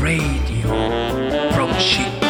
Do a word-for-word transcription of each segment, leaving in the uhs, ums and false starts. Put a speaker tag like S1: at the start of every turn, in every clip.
S1: Radio from Chicago.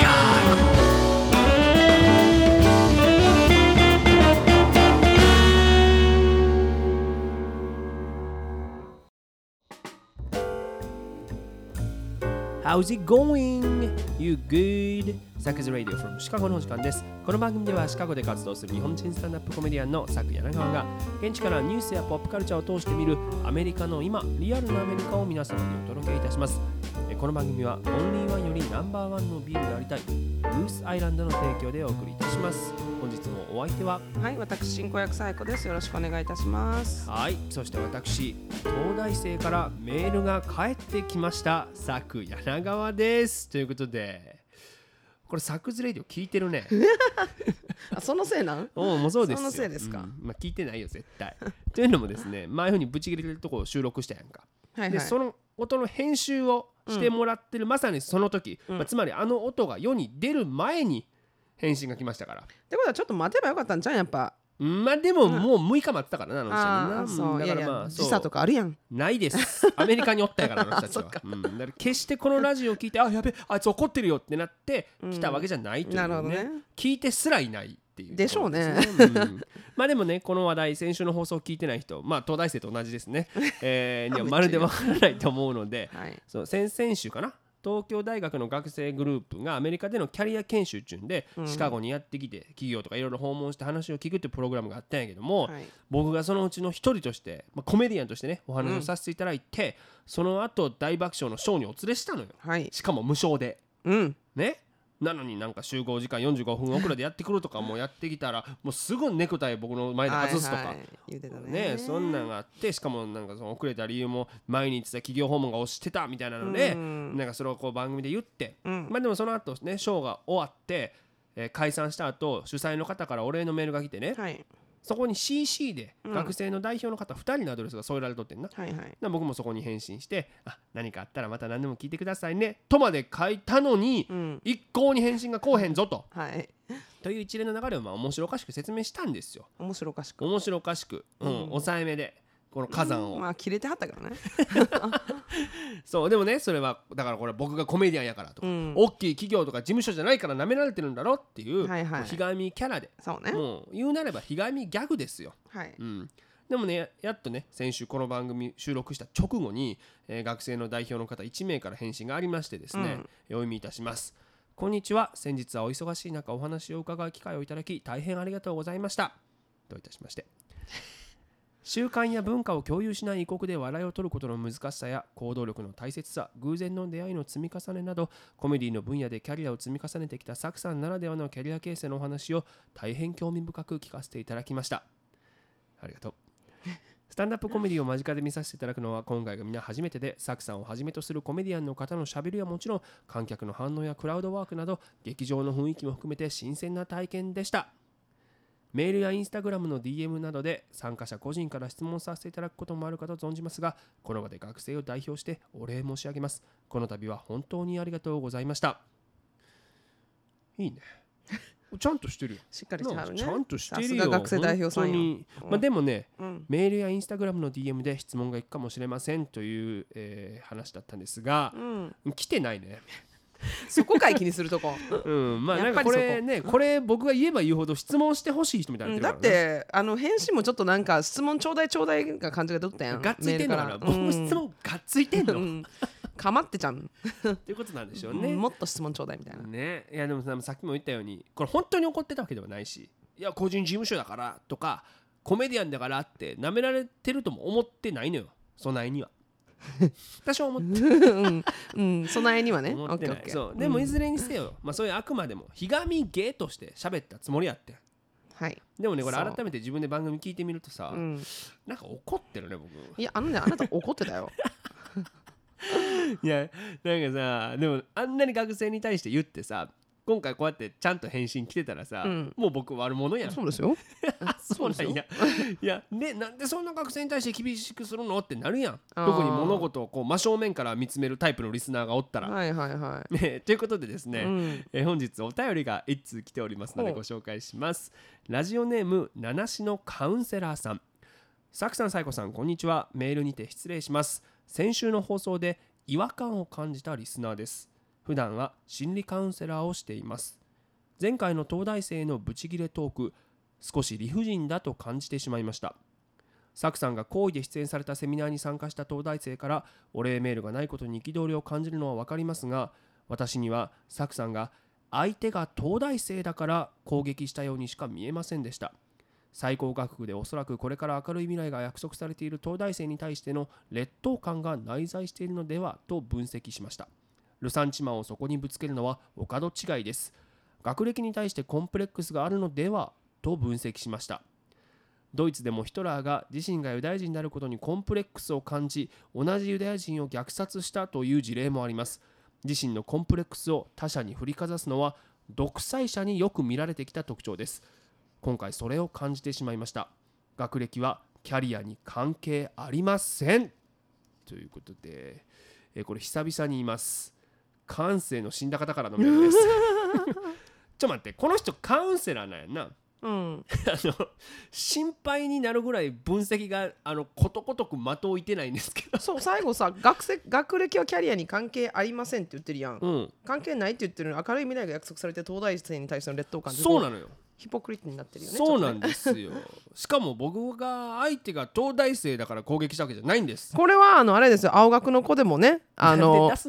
S1: How's it going? You good? サクズ Radio from シカゴのお時間です。この番組ではシカゴで活動する日本人スタンダップコメディアンのサク柳川が現地からニュースやポップカルチャーを通して見るアメリカの今、リアルなアメリカを皆様にお届けいたします。この番組はオンリーワンよりナンバーワンのビールでありたいルースアイランドの提供でお送りいたします。本日もお相手は
S2: はい、私進行役サイコです。よろしくお願いいたします。
S1: はい、そして私東大生からメールが返ってきました。サク柳川ですということで、これサクズレディオ聞いてるね
S2: あ、そのせいなん
S1: おもうそうですよ。
S2: そのせいですか、
S1: うんまあ、聞いてないよ絶対というのもですね、前ふうにブチ切れてるところを収録したやんか、はいはい、でその音の編集をしてもらってる、うん、まさにその時、うんまあ、つまりあの音が世に出る前に返信が来ましたから。
S2: ってことはちょっと待てばよかったんじゃんやっぱ。
S1: まあでももうむいか待ってたからな、あの人
S2: ああそうだからまあいやいや時差とかあるやん。
S1: ないですアメリカにおったやからあの人たちはうん、だから決してこのラジオを聞いてあやべあいつ怒ってるよってなって来たわけじゃないという、ねうん、なるほどね。聞いてすらいないっていう
S2: でしょうね、
S1: うん、まあでもねこの話題先週の放送を聞いてない人、まあ東大生と同じですね、えー、にはまるでわからないと思うので、はい、そう先々週かな、東京大学の学生グループがアメリカでのキャリア研修中でシカゴにやってきて企業とかいろいろ訪問して話を聞くっていうプログラムがあったんやけども、はい、僕がそのうちの一人として、まあ、コメディアンとしてねお話をさせていただいて、うん、その後大爆笑のショーにお連れしたのよ、はい、しかも無償で、うん、ね、なのになんか集合時間よんじゅうごふん遅れでやってくるとかもうやってきたらもうすぐネクタイ僕の前で外すとか、はいはい、言うてたね、ね、そんなんがあって、しかもなんかその遅れた理由も前に言ってた企業訪問が押してたみたいなので、うん、なんかそれをこう番組で言って、うん、まあでもその後ねショーが終わって、えー、解散した後主催の方からお礼のメールが来てね、はい、そこに シーシー で学生の代表の方ふたりのアドレスが添えられとってんな、はいはい、僕もそこに返信してあ何かあったらまた何でも聞いてくださいねとまで書いたのに、うん、一向に返信がこうへんぞと、はい、という一連の流れをまあ面白おかしく説明したんですよ。
S2: 面白おかしく
S1: 面白おかしく、うんうん、抑えめでこの火山を、
S2: うん、まあ切れてはったけどね
S1: そうでもねそれはだからこれ僕がコメディアンやからとか、うん、大きい企業とか事務所じゃないから舐められてるんだろっていう、はいはい、ひがみキャラで、そうね、もう言うなればひがみギャグですよ、はいうん、でもねやっとね先週この番組収録した直後に、えー、学生の代表の方いち名から返信がありましてですね、うん、お読みいたします。こんにちは、先日はお忙しい中お話を伺う機会をいただき大変ありがとうございましたといたしまして習慣や文化を共有しない異国で笑いを取ることの難しさや行動力の大切さ、偶然の出会いの積み重ねなどコメディの分野でキャリアを積み重ねてきたサクさんならではのキャリア形成のお話を大変興味深く聞かせていただきました。ありがとう。スタンダップコメディを間近で見させていただくのは今回がみんな初めてで、サクさんをはじめとするコメディアンの方のしゃべりはもちろん観客の反応やクラウドワークなど劇場の雰囲気も含めて新鮮な体験でした。メールやインスタグラムの ディーエム などで参加者個人から質問させていただくこともあるかと存じますが、この場で学生を代表してお礼申し上げます。この度は本当にありがとうございました。いいね。ちゃんとしてるよ。
S2: しっかりしてはるね。
S1: ちゃんとしてるよ。
S2: さすが学生代表さんよ。
S1: うんまあ、でもね、うん、メールやインスタグラムの ディーエム で質問がいくかもしれませんという、えー、話だったんですが、うん、来てないね。
S2: そこかい気にするとこ、
S1: うん、まあなんかこれねこれ僕が言えば言うほど質問してほしい人みたいになってるから、ね、
S2: だってあの返信もちょっとなんか質問ちょうだいちょうだいが感じが出とったやん。
S1: がっついてんのかな、僕も質問がっついてんの、うん、
S2: かまってちゃん
S1: っていうことなんでしょうね、
S2: うん、もっと質問ちょうだいみたいな
S1: ね。いやでもさっきも言ったようにこれ本当に怒ってたわけではないし、いや個人事務所だからとかコメディアンだからって舐められてるとも思ってないのよ、そないには私は思って
S2: うん、うん、備えにはね
S1: 思ってない。そうでもいずれにせよ、まあ、そういうあくまでもひがみ芸として喋ったつもりやって、はい、でもねこれ改めて自分で番組聞いてみるとさ、うん、なんか怒ってるね僕。
S2: いやあのねあなた怒ってたよ
S1: いやなんかさでもあんなに学生に対して言ってさ今回こうやってちゃんと返信来てたらさ、うん、もう僕悪者やん。
S2: そうですよ
S1: そうなんやいやね、なんでそんな学生に対して厳しくするのってなるやん。特に物事をこう真正面から見つめるタイプのリスナーがおったら、
S2: はいはいはい、
S1: ね、ということでですね、うん、え本日お便りが一通来ておりますのでご紹介します。ラジオネーム七市のカウンセラーさん。サクさんサイコさんこんにちは。メールにて失礼します。先週の放送で違和感を感じたリスナーです。普段は心理カウンセラーをしています。前回の東大生のブチギレトーク、少し理不尽だと感じてしまいました。サクさんが好意で出演されたセミナーに参加した東大生からお礼メールがないことに憤りを感じるのは分かりますが、私にはサクさんが相手が東大生だから攻撃したようにしか見えませんでした。最高学府でおそらくこれから明るい未来が約束されている東大生に対しての劣等感が内在しているのではと分析しました。ルサンチマンをそこにぶつけるのはお門違いです。学歴に対してコンプレックスがあるのではと分析しました。ドイツでもヒトラーが自身がユダヤ人になることにコンプレックスを感じ、同じユダヤ人を虐殺したという事例もあります。自身のコンプレックスを他者に振りかざすのは独裁者によく見られてきた特徴です。今回それを感じてしまいました。学歴はキャリアに関係ありません。ということで、えこれ久々に言います。感性の死んだ方からのメールです。ちょっと待って、この人カウンセラーなんやんな。うん、あの心配になるぐらい分析があのことごとく的を置いてないんですけど、
S2: そう最後さ 学, せ学歴はキャリアに関係ありませんって言ってるやん、うん、関係ないって言ってるのに明るい未来が約束されて東大生に対しての劣等感って
S1: そうなのよ。
S2: ヒポクリットになってるよね。
S1: そうなんですよ。しかも僕が相手が東大生だから攻撃したわけじゃないんです。
S2: これはあのあれですよ、青学の子でもね、あの自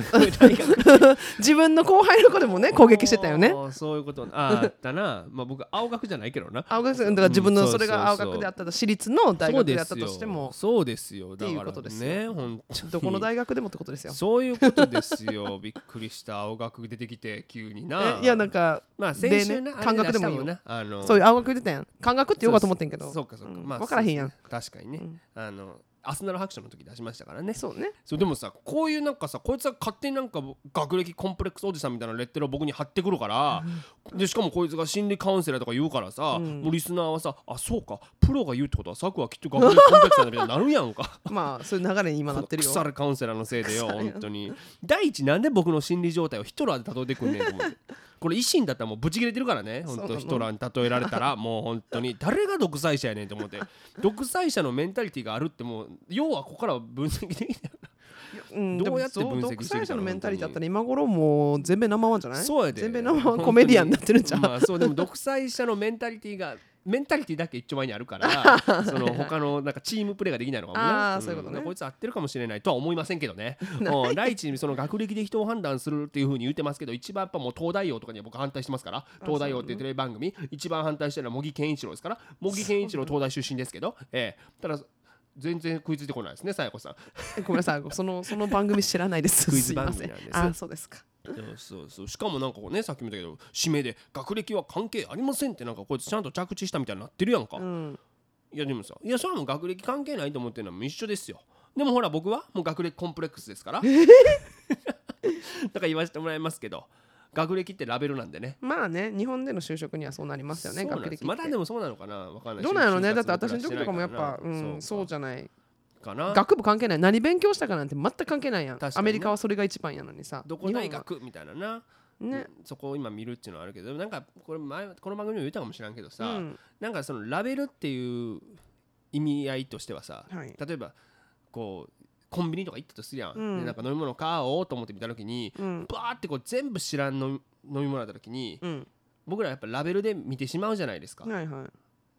S2: 分の後輩の子でもね攻撃してたよね。
S1: そういうことああったな。まあ僕青学じゃないけどな。
S2: 青学だから自分のそれが青学であったら私立の大学であったとしても
S1: そうですよ。
S2: っていうことです
S1: ね。
S2: よ。どこの大学でもってことですよ。
S1: そういうことですよ。びっくりした。青学出てきて急にな。
S2: いやなんか
S1: まあ先週な
S2: 漢学でもいいよ。
S1: あの
S2: そういう青学出たやん。漢学って言おうかと思ってんけど。
S1: そうかそうか。
S2: まあ分からへんやん。
S1: 確かにね。あのアスナル白書の時出しましたからね。
S2: そうね。
S1: そうでもさ、こういうなんかさ、こいつが勝手になんか学歴コンプレックスおじさんみたいなレッテルを僕に貼ってくるから、うん、でしかもこいつが心理カウンセラーとか言うからさ、うん、もうリスナーはさ、あそうか、プロが言うってことはサクはきっと学歴コンプレックスなんだみたいになるやんか。
S2: まあそういう流れに今なってるよ。
S1: 腐るカウンセラーのせいでよ本当に。第一なんで僕の心理状態をヒトラーで例えてくんねんと思って。これ維新だったらもうブチ切れてるからね、本当ヒトラーに例えられたらもう本当に誰が独裁者やねんと思って。独裁者のメンタリティがあるってもう要はここから分析できない。
S2: うん、どうやって分析してるか。独裁者のメンタリティだったら今頃もう全米ナンバーワンじゃない？
S1: そうやで。
S2: 全米ナンバーワンコメディアンになってるんじゃん。
S1: まあそうでも独裁者のメンタリティがメンタリティだけ一丁前にあるからその他のなんかチームプレーができないのかもね。
S2: ああ、そういうことね。
S1: こいつ合ってるかもしれないとは思いませんけどね。第一にその学歴で人を判断するっていう風に言ってますけど、一番やっぱもう東大王とかには僕反対してますから。東大王っていうテレビ番組一番反対してるのは茂木健一郎ですから。茂木健一郎東大出身ですけど、えー、ただ全然食いついてこないですね、さやこさん。
S2: ごめんなさい、そのその番組知らないです。
S1: クイズ番組なんです。
S2: あ、そうですか。
S1: そうそう。しかもなんかこうね、さっきも言ったけど締めで学歴は関係ありませんってなんかこいつちゃんと着地したみたいになってるやんか、うん、いやでもさ、いやそれはもう学歴関係ないと思ってるのは一緒ですよ。でもほら僕はもう学歴コンプレックスですからだから言わせてもらいますけど、学歴ってラベルなんでね。
S2: まあね、日本での就職にはそうなりますよね。学歴って
S1: まだでもそうなのかな、分かんない。
S2: どうなのね、だって私の時とかもやっぱ、うん、そうじゃないかな。学部関係ない、何勉強したかなんて全く関係ないやん。アメリカはそれが一番やのにさ、
S1: どこ大学みたいなな、ね、そこを今見るっていうのはあるけど、なんかこれ前この番組も言ったかもしれんけどさ、うん、なんかそのラベルっていう意味合いとしてはさ、はい、例えばこうコンビニとか行ったとするやん、うん、でなんか飲み物買おうと思って見た時に、うん、バーってこう全部知らん飲み物だった時に、うん、僕らやっぱラベルで見てしまうじゃないですか。はいはい、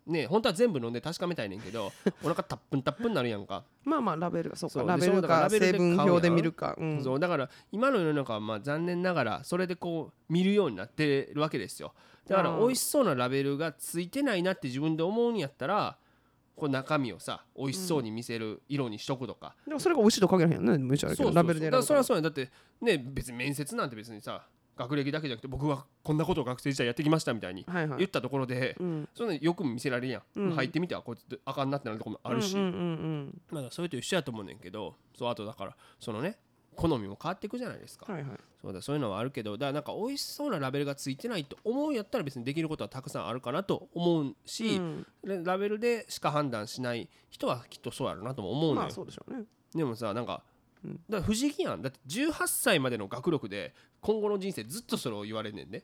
S1: ね、本当は全部飲んで確かめたいねんけどお腹タップンタップンになるやんか。
S2: まあまあラベルがそうか、ラベルか成分表で見るか、うん、
S1: そうだから今の世の中はまあ残念ながらそれでこう見るようになってるわけですよ。だから美味しそうなラベルがついてないなって自分で思うんやったら、こう中身をさ美味しそうに見せる色にしとくとか、
S2: うん、でもそれが美味しいと限らへんよね。めちゃけどラベルで選ぶから。
S1: それはそうや。だってね、別に面接なんて別にさ学歴だけじゃなくて僕はこんなことを学生時代やってきましたみたいに言ったところで、はいはい、うん、そんなよく見せられるやん、うん、入ってみてはこいつあかんなってなるところもあるし、うんうんうんうん、まだそれと一緒やと思うねんけど、そうあとだからそのね好みも変わっていくじゃないですか、はいはい、そうだそういうのはあるけど、だからなんか美味しそうなラベルがついてないと思うんやったら別にできることはたくさんあるかなと思うし、うん、ラベルでしか判断しない人はきっとそうやろうなとも思うのよ。
S2: まあそうでしょうね。
S1: でもさなんかだから不思議やん。だってじゅうはっさいまでの学力で今後の人生ずっとそれを言われんねんね。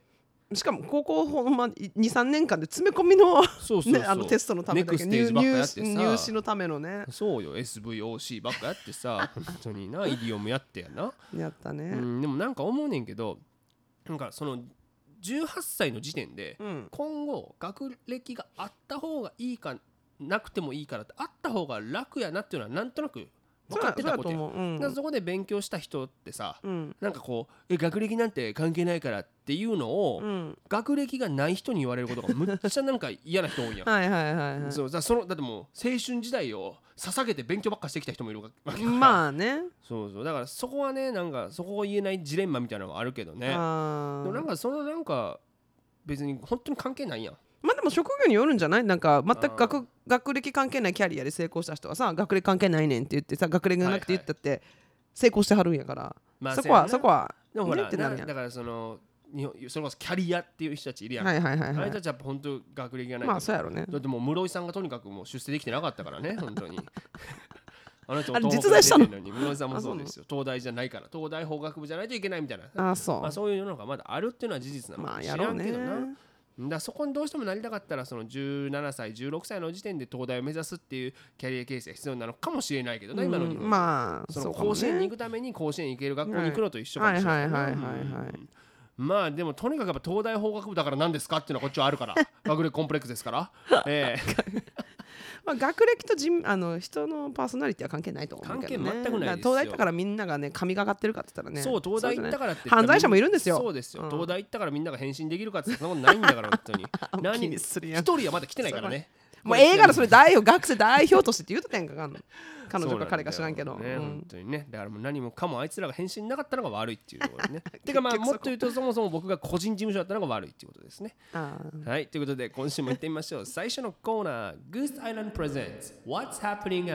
S2: しかも高校ほんまにさんねんかんで詰め込みの
S1: そうそうそう、ね、
S2: あのテストのためだけ入, 入, 入試のためのね
S1: そうよ エスブイオーシー ばっかやってさ本当になイディオムやってやな
S2: やったね、
S1: うん、でもなんか思うねんけどなんかそのじゅうはっさいの時点で、うん、今後学歴があった方がいいかなくてもいいからってあった方が楽やなっていうのはなんとなく分かってたことや。 そ, う、うん、だからそこで勉強した人ってさ、うん、なんかこうえ学歴なんて関係ないからっていうのを、うん、学歴がない人に言われることがむっちゃなんか嫌な人多いやん
S2: はいはいはい、はい、
S1: そうだそのだってもう青春時代を捧げて勉強ばっかしてきた人もいるわけだから
S2: まあね
S1: そうそうだからそこはねなんかそこを言えないジレンマみたいなのがあるけどねあでもなんかそのなんか別に本当に関係ないやん
S2: まあでも職業によるんじゃないなんか全く 学, 学歴関係ないキャリアで成功した人はさ学歴関係ないねんって言ってさ学歴がなくて言ったって成功してはるんやから、はいはい、そこはそこは
S1: でもほら、ね、だからその日本それこそキャリアっていう人たちいるやん、はいはいはいはい、あれたちは本当学歴がない
S2: まあそうやろね
S1: だってもう室井さんがとにかくもう出世できてなかったからね本当に
S2: あの人も実在したのに
S1: 室井さんもそうですよ東大じゃないから東大法学部じゃないといけないみたいな
S2: あ そう、
S1: まあ、そういうのがまだあるっていうのは事実なのかもしれんけどな、まあだそこにどうしてもなりたかったらそのじゅうななさいじゅうろくさいの時点で東大を目指すっていうキャリア形成が必要なのかもしれないけどね、うん、今の日本
S2: まあ
S1: その甲子園に行くために甲子園に行ける学校に行くのと一緒かもしれないまあでもとにかくやっぱ東大法学部だから何ですかっていうのはこっちはあるから学歴コンプレックスですからええ
S2: まあ、学歴と人あの人のパーソナリティは関係ないと思うけどね
S1: 関係全くないですよ
S2: 東大行ったからみんながね神がかってるかって言ったらね
S1: そう東大行ったからって
S2: 犯罪者もいるんですよ
S1: そうですよ、うん、東大行ったからみんなが返信できるかってそんなことないんだから本当に何一人はまだ来てないからね
S2: もう映画のそれ代表学生代表としてって言うとったやんか彼女か彼か知らんけど、
S1: ねうん、本当にねだからもう何もかもあいつらが返信なかったのが悪いっていうところねてかまあもっと言うとそもそも僕が個人事務所だったのが悪いっていうことですねはいということで今週も行ってみましょう最初のコーナー Goose Island Presents What's Happening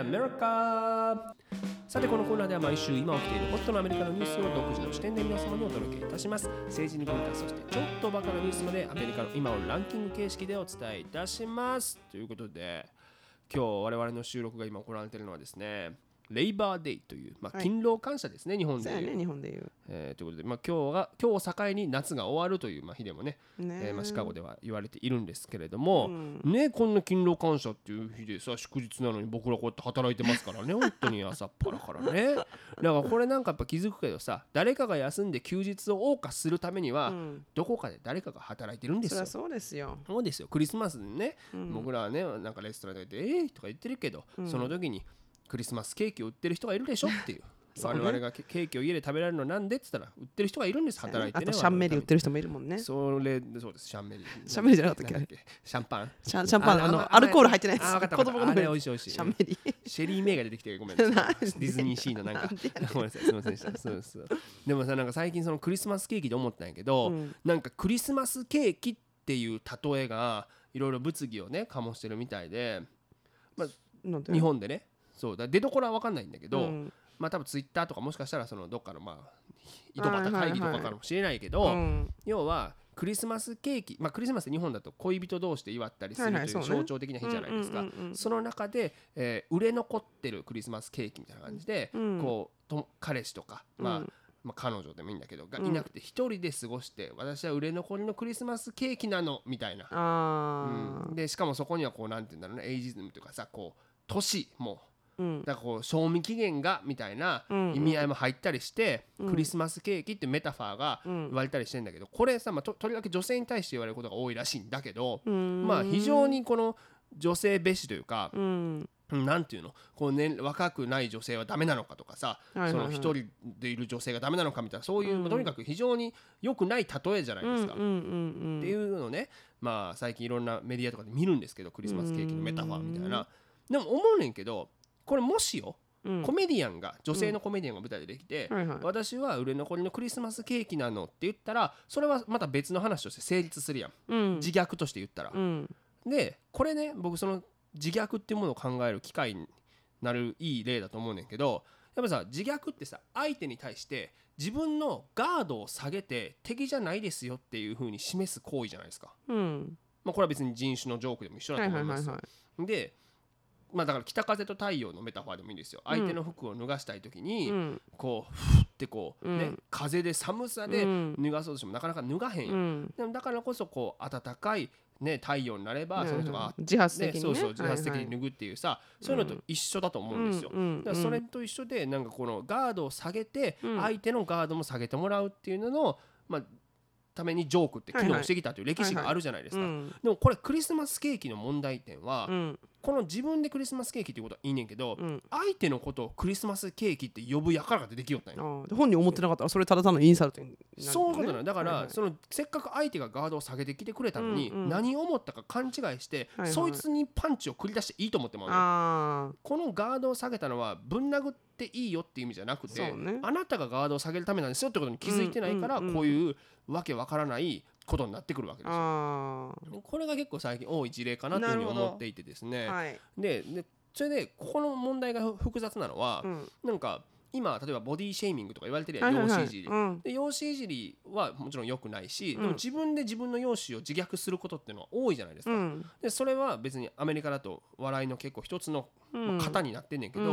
S1: America さてこのコーナーでは毎週今起きているホットなアメリカのニュースを独自の視点で皆様にお届けいたします政治に文化そしてちょっとバカなニュースまでアメリカの今をランキング形式でお伝えいたしますということで今日我々の収録が今行われているのはですねレイバーデイという、まあ、勤労感謝ですね、はい、日本でいう。
S2: そうやね、日本でいう。
S1: えー、ということで、まあ、今日が今日を境に夏が終わるという、まあ、日でもね、ねえーまあ、シカゴでは言われているんですけれども、うん、ねこんな勤労感謝っていう日でさ祝日なのに僕らこうやって働いてますからね本当に朝っぱらからね。だからこれなんかやっぱ気づくけどさ誰かが休んで休日を謳歌するためには、うん、どこかで誰かが働いてるんですよ。
S2: そりゃそうですよ。
S1: そうですよ。クリスマスにね、うん、僕らはねなんかレストランで行ってえーとか言ってるけど、うん、その時にクリスマスケーキを売ってる人がいるでしょっていう我々がケーキを家で食べられるのなんでって言ったら売ってる人がいるんです働いてね。
S2: あとシャンメリー売ってる人もいるもんね。
S1: それそうですシャンメリー。
S2: シャンメリーじゃなかったっけ？
S1: シャンパン。
S2: シャンシャンパンあのアルコール入ってないやつ。
S1: あ分かった分かった。あれ美味しい美味しい。
S2: シャンメリー。
S1: シェリーメイが出てきてごめんなさい。ディズニーシーのなんかごめんなさいすみませんでした。そうそう。でもさなんか最近そのクリスマスケーキで思ったんやけど、うん、なんかクリスマスケーキっていう例えがいろいろ物議をね醸してるみたいで、まあ日本でね。そうだ出どころは分かんないんだけど、うん、まあ多分ツイッターとかもしかしたらそのどっかのまあ井戸端会議とかかもしれないけど、はいはいはい、要はクリスマスケーキ、まあクリスマスって日本だと恋人同士で祝ったりするという象徴的な日じゃないですか。その中で、えー、売れ残ってるクリスマスケーキみたいな感じで、うん、こうと彼氏とか、まあうんまあ、彼女でもいいんだけどがいなくて一人で過ごして、うん、私は売れ残りのクリスマスケーキなのみたいな、あ、うん、でしかもそこにはこうなんていうんだろうねエイジズムというかさこう年もうん、だからこう賞味期限がみたいな意味合いも入ったりして、うんうん、クリスマスケーキっていうメタファーが言われたりしてんだけどこれさ、まあ、と, とりわけ女性に対して言われることが多いらしいんだけど、まあ非常にこの女性蔑視というか、うん、なんていうのこう、ね、若くない女性はダメなのかとかさ、はいはいはい、その一人でいる女性がダメなのかみたいなそういう、うん、とにかく非常に良くない例えじゃないですか、うんうんうんうん、っていうのね、まあ、最近いろんなメディアとかで見るんですけどクリスマスケーキのメタファーみたいな、でも思うねんけどこれもしよ、うん、コメディアンが女性のコメディアンが舞台でできて、うんはいはい、私は売れ残りのクリスマスケーキなのって言ったらそれはまた別の話として成立するやん、うん、自虐として言ったら、うん、でこれね僕その自虐っていうものを考える機会になるいい例だと思うねんけどやっぱさ自虐ってさ相手に対して自分のガードを下げて敵じゃないですよっていう風に示す行為じゃないですか、うんまあ、これは別に人種のジョークでも一緒だと思います、はいはいはいはい、でまあだから北風と太陽のメタファーでもいいんですよ。相手の服を脱がしたい時に、うん、こうふってこう、ね、うん、風で寒さで脱がそうとしてもなかなか脱がへんや、うん、でもだからこそこう暖かい、ね、太陽になればその人が、
S2: ね、自発的に、ね、
S1: そうそう自発的に脱ぐっていうさ、はいはい、そういうのと一緒だと思うんですよ、うん、だからそれと一緒でなんかこのガードを下げて、うん、相手のガードも下げてもらうっていうのの、まあためにジョークって機能してきたという歴史があるじゃないですか、はいはい、でもこれクリスマスケーキの問題点は、うん、この自分でクリスマスケーキっていうことはいいねんけど、うん、相手のことをクリスマスケーキって呼ぶやからが出てきよったんよ。
S2: あ本人思ってなかったらそれただ単のインサルトになる、ね、
S1: そういうことなのだから、はいはい、そのせっかく相手がガードを下げてきてくれたのに、うんうん、何を思ったか勘違いして、はいはい、そいつにパンチを繰り出していいと思ってもらう、ね、このガードを下げたのはぶん殴っていいよっていう意味じゃなくて、ね、あなたがガードを下げるためなんですよってことに気づいてないから、うんうんうん、こういうわけわからないことになってくるわけですよ。あこれが結構最近多い事例かなというふうに思っていてですね、はい、で, でそれでここの問題が複雑なのは、うん、なんか今例えばボディシェイミングとか言われてるやん、容姿いじり、うん、で容姿いじりはもちろん良くないし、うん、でも自分で自分の容姿を自虐することっていうのは多いじゃないですか、うん、でそれは別にアメリカだと笑いの結構一つの、まあ、型になってんねんけど、うんうん、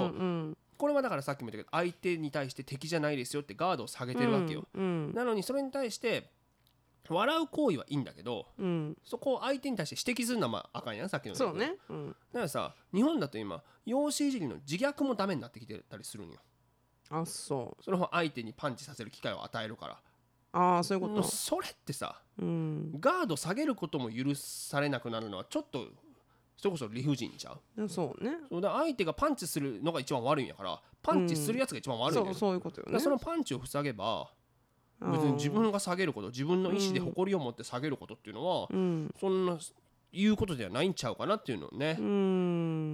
S1: これはだからさっきも言ったけど相手に対して敵じゃないですよってガードを下げてるわけよ、うんうん、なのにそれに対して笑う行為はいいんだけど、うん、そこを相手に対して指摘するのはまああかんやん、さっきの
S2: そうね、
S1: うん、だからさ日本だと今容姿いじりの自虐もダメになってきてたりするんよ。
S2: あそう
S1: その方相手にパンチさせる機会を与えるから。
S2: ああそういうこと。
S1: それってさ、うん、ガード下げることも許されなくなるのはちょっとそれこそ理不尽ちゃう。
S2: そうね。
S1: そうだ相手がパンチするのが一番悪いんやからパンチするやつが一番悪いんだよ、
S2: うん、そう、そういうことよね。
S1: そのパンチを塞げば別に自分が下げること自分の意思で誇りを持って下げることっていうのは、うん、そんな言うことではないんちゃうかなっていうのね、うん、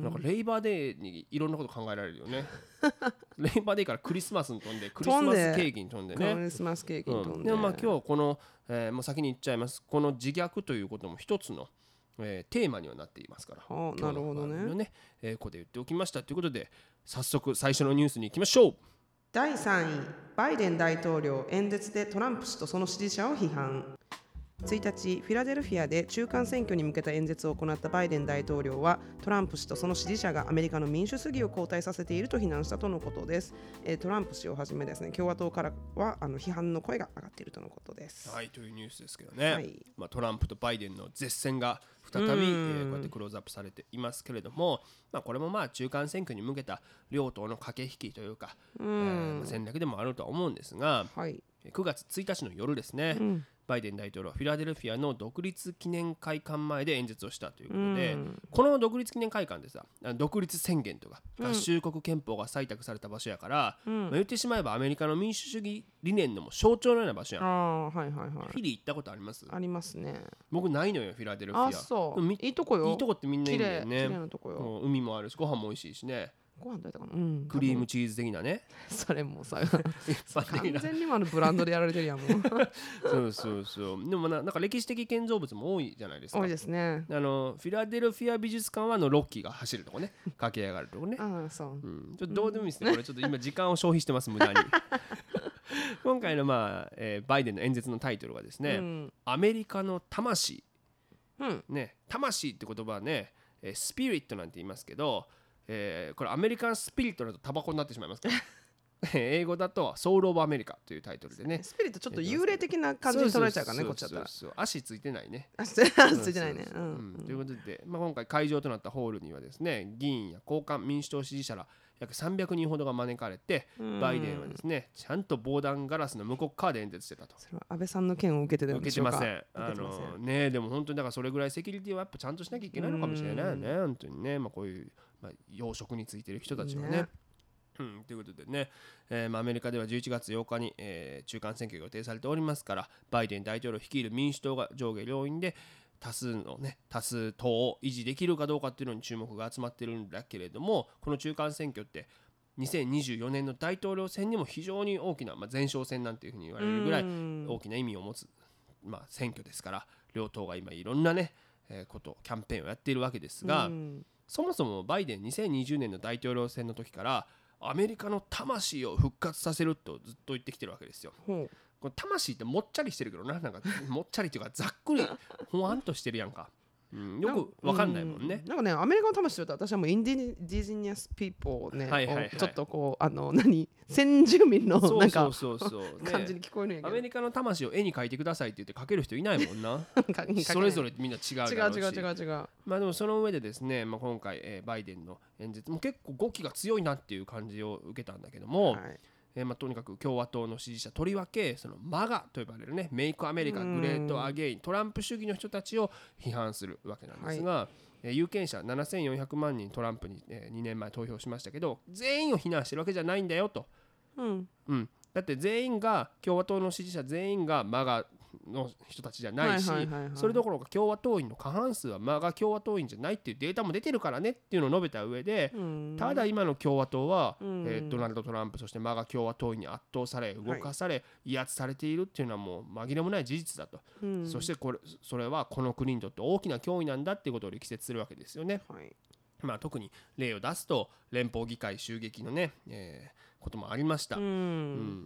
S1: なんかレイバーデーにいろんなこと考えられるよねレイバーデーからクリスマスに飛んでクリスマスケーキに飛んでね
S2: クリスマスケーキに飛んで、うん、
S1: でもまあ今日この、えー、もう先に言っちゃいますこの自虐ということも一つの、えー、テーマにはなっていますから、
S2: はあ、なるほどね、
S1: ねえー、ここで言っておきましたということで早速最初のニュースに行きましょう。
S2: だいさんいバイデン大統領演説でトランプ氏とその支持者を批判。ついたちフィラデルフィアで中間選挙に向けた演説を行ったバイデン大統領はトランプ氏とその支持者がアメリカの民主主義を後退させていると非難したとのことです。えー、トランプ氏をはじめですね共和党からはあの批判の声が上がっているとのことです。
S1: はいというニュースですけどね、はいまあ、トランプとバイデンの絶戦が再び、えー、こうやってクローズアップされていますけれども、まあ、これもまあ中間選挙に向けた両党の駆け引きというか、うんえーまあ、戦略でもあるとは思うんですが、はい、くがつついたちの夜ですね、うんバイデン大統領はフィラデルフィアの独立記念会館前で演説をしたということで、うん、この独立記念会館でさ独立宣言とか合衆国憲法が採択された場所やから、うんまあ、言ってしまえばアメリカの民主主義理念のも象徴のような場所やん。あ、はいはいはい、フィリー行ったことあります？
S2: ありますね。
S1: 僕ないのよフィラデルフィア。あ
S2: そういいとこよ。
S1: いいとこってみんないいんだよね。
S2: 綺麗なとこよ。
S1: 海もあるしご飯も美味しいしね。
S2: ご飯どうやったかな、うん、
S1: クリームチーズ的なね
S2: それもさ完全に今のブランドでやられてるやんもう
S1: そうそうそうでも な, なんか歴史的建造物も多いじゃないですか。
S2: 多いですね。
S1: あのフィラデルフィア美術館はあのロッキーが走るとこね駆け上がるとこね
S2: ああそう、うん、
S1: ちょっとどうでもいいですね、うん、これちょっと今時間を消費してます無駄に今回の、まあえー、バイデンの演説のタイトルはですね、うん、アメリカの魂、うんね、魂って言葉はね、えー、スピリットなんて言いますけどえー、これアメリカンスピリットだとタバコになってしまいますから英語だとソウルオブアメリカというタイトルでね
S2: スピリットちょっと幽霊的な感じに捉えちゃうからねこっちだったら
S1: 足ついてないね
S2: 足ついてないね
S1: ということで、まあ、今回会場となったホールにはですね議員や高官民主党支持者ら約さんびゃくにんほどが招かれてバイデンはですねちゃんと防弾ガラスの向こう側で演説してたと。
S2: それは安倍さんの件を受けてるんでしょうか。
S1: 受けてません。あのねでも本当にだからそれぐらいセキュリティはやっぱちゃんとしなきゃいけないのかもしれないよね本当にねまあこういうまあ、養殖についている人たちはね、ねうん、ということでね、えーまあ、アメリカではじゅういちがつようかに、えー、中間選挙が予定されておりますからバイデン大統領率いる民主党が上下両院で多数のね多数党を維持できるかどうかっていうのに注目が集まってるんだけれどもこの中間選挙ってにせんにじゅうよねんの大統領選にも非常に大きな、まあ、前哨戦なんていうふうに言われるぐらい大きな意味を持つ、まあ、選挙ですから両党が今いろんなね、えー、ことキャンペーンをやっているわけですがそもそもバイデンにせんにじゅうねんの大統領選の時からアメリカの魂を復活させるとずっと言ってきてるわけですよ。この魂ってもっちゃりしてるけどな、なんかもっちゃりっていうかざっくりほわんとしてるやんか。 うん、よくわかんないもんね。
S2: なんかね、アメリカの魂というと私はもうインディジニアスピーポーね、
S1: はいはいはい、
S2: ちょっとこうあの何先住民のなんか
S1: そうそうそうそう、ね、
S2: 感じに聞こえるんやけど、
S1: アメリカの魂を絵に描いてくださいって言って描ける人いないもんなそれぞれみんな違うだろうし、
S2: 違う違う違う違う。
S1: まあでもその上でですね、まあ、今回、えー、バイデンの演説も結構語気が強いなっていう感じを受けたんだけども、はい、えーまあ、とにかく共和党の支持者とりわけそのマガと呼ばれるね、メイクアメリカグレートアゲイン、トランプ主義の人たちを批判するわけなんですが、はい、えー、有権者ななせんよんひゃくまんにんトランプに、えー、にねんまえ投票しましたけど、全員を非難してるわけじゃないんだよと、うんうん、だって全員が共和党の支持者全員がマガの人たちじゃないし、それどころか共和党員の過半数はマガ共和党員じゃないっていうデータも出てるからねっていうのを述べた上で、ただ今の共和党は、えー、ドナルド・トランプそしてマガ共和党員に圧倒され動かされ、威圧されているっていうのはもう紛れもない事実だと、そしてこれそれはこの国にとって大きな脅威なんだっていうことを力説するわけですよね。はい、まあ、特に例を出すと連邦議会襲撃のね、えー、こともありました、うんうん、